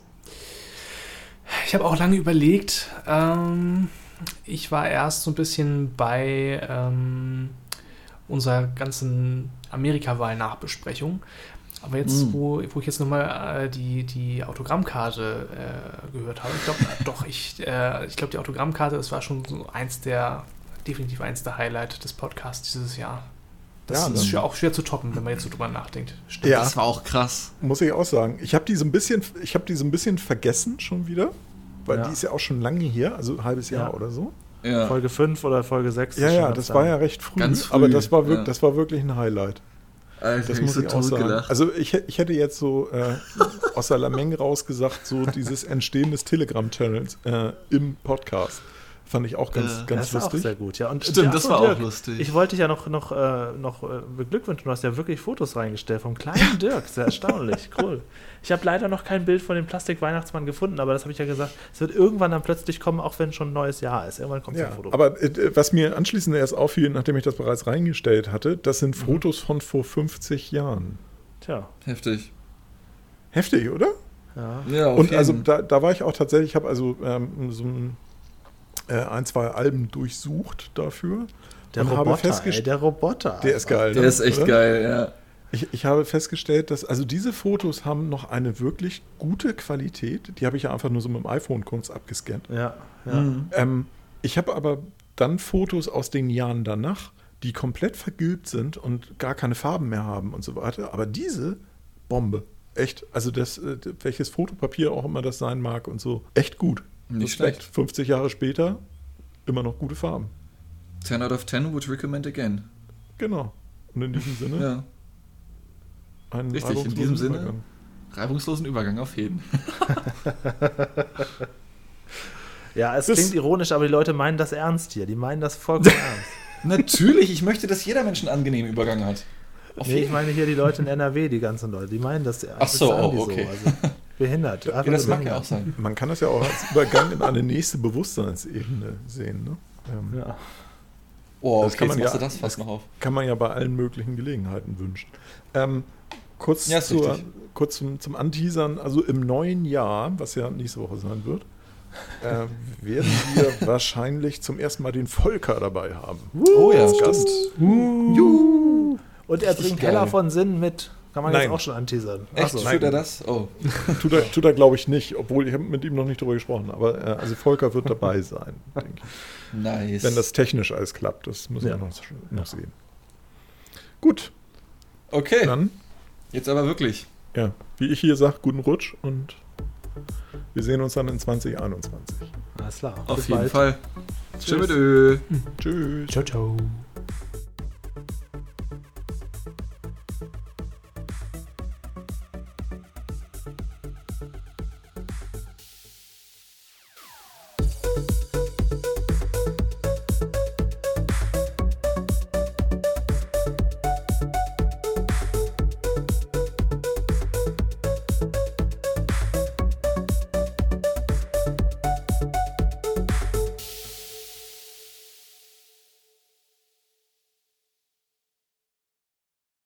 Ich habe auch lange überlegt. Ähm, ich war erst so ein bisschen bei ähm, unserer ganzen Amerika-Wahl-Nachbesprechung. Aber jetzt, Mm. wo, wo ich jetzt nochmal äh, die, die Autogrammkarte äh, gehört habe, ich glaube, doch, ich, äh, ich glaube, die Autogrammkarte, das war schon so eins der, definitiv eins der Highlight des Podcasts dieses Jahr. Das Ja, ist dann- schwer, auch schwer zu toppen, wenn man jetzt so drüber nachdenkt. Stimmt. Ja. Das war auch krass. Muss ich auch sagen. Ich habe die so ein bisschen, ich habe die so ein bisschen vergessen schon wieder, weil Ja. die ist ja auch schon lange hier, also ein halbes Jahr Ja. oder so. Ja. Folge fünf oder Folge sechs. Ja, ist schon ja, ganz das lang. war ja recht früh, Ganz früh, aber das war, wirk ja. das war wirklich ein Highlight. Alter, Das ich muss so ich auch sagen. totgelacht. Also ich, hä- ich hätte jetzt so äh, aus der Lameng rausgesagt, so dieses Entstehen des Telegram-Channels äh, im Podcast. Fand ich auch ganz, Ja. ganz Das war auch lustig. sehr gut, ja. Und, Stimmt, ja, das so, war Dirk, auch lustig. Ich wollte dich ja noch, noch, äh, noch äh, beglückwünschen. Du hast ja wirklich Fotos reingestellt vom kleinen Dirk. Sehr erstaunlich, cool. Ich habe leider noch kein Bild von dem Plastik-Weihnachtsmann gefunden, aber das habe ich ja gesagt, es wird irgendwann dann plötzlich kommen, auch wenn schon ein neues Jahr ist. Irgendwann kommt so Ja, ein Foto. aber äh, was mir anschließend erst auffiel, nachdem ich das bereits reingestellt hatte, das sind Mhm. Fotos von vor fünfzig Jahren. Tja, Heftig. Heftig, oder? ja. Ja, auf Und jeden. also da, da war ich auch tatsächlich, ich habe also ähm, so ein, äh, ein, zwei Alben durchsucht dafür. Der und habe Roboter, festgest- ey, der Roboter. Der ist geil. Der ne? ist echt Oder? geil, ja. Ich, ich habe festgestellt, dass also diese Fotos haben noch eine wirklich gute Qualität. Die habe ich ja einfach nur so mit dem iPhone kurz abgescannt. Ja, ja. Mhm. Ähm, ich habe aber dann Fotos aus den Jahren danach, die komplett vergilbt sind und gar keine Farben mehr haben und so weiter. Aber diese Bombe, echt, also das, äh, welches Fotopapier auch immer das sein mag und so, echt gut. Nicht Respekt. schlecht. fünfzig Jahre später immer noch gute Farben. ten out of ten would recommend again. Genau. Und in diesem Sinne Ja. ein Richtig, in reibungslosen diesem Sinne. Übergang. Reibungslosen Übergang auf jeden. Ja, es Das- klingt ironisch, aber die Leute meinen das ernst hier. Die meinen das vollkommen ernst. Natürlich, ich möchte, dass jeder Mensch einen angenehmen Übergang hat. Auf Nee, jeden ich meine hier die Leute in N R W, die ganzen Leute. Die meinen das ernst. Ach so, Das sagen oh, die okay. Also, behindert. Ja, Einfach das nur mag ja auch behindert. sein. Man kann das ja auch als Übergang in eine nächste Bewusstseinsebene sehen. Ne? Ähm, Ja. Oh, Das okay, kann man jetzt machst ja- du das fast noch auf. Kann man ja bei allen möglichen Gelegenheiten wünschen. Ähm, kurz Ja, ist zur, richtig. kurz zum, zum Anteasern, also im neuen Jahr, was ja nächste Woche sein wird, äh, werden wir wahrscheinlich zum ersten Mal den Volker dabei haben. Oh ja, als Gast. Juhu. Und er Richtig trinkt geil. heller von Sinn mit. Kann man Nein. jetzt auch schon anteasern. Echt? Achso. Tut er das? Oh. Tut er, tut er glaube ich nicht, obwohl ich habe mit ihm noch nicht darüber gesprochen. Aber äh, also Volker wird dabei sein, denke ich. Nice. Wenn das technisch alles klappt, das müssen Ja. wir noch, noch sehen. Gut, okay, dann, jetzt aber wirklich. ja, wie ich hier sage, guten Rutsch und wir sehen uns dann in zwanzig einundzwanzig. Alles klar. Auf Bis jeden bald. Fall. Tschüss. Tschüss. Tschüss. Ciao, ciao.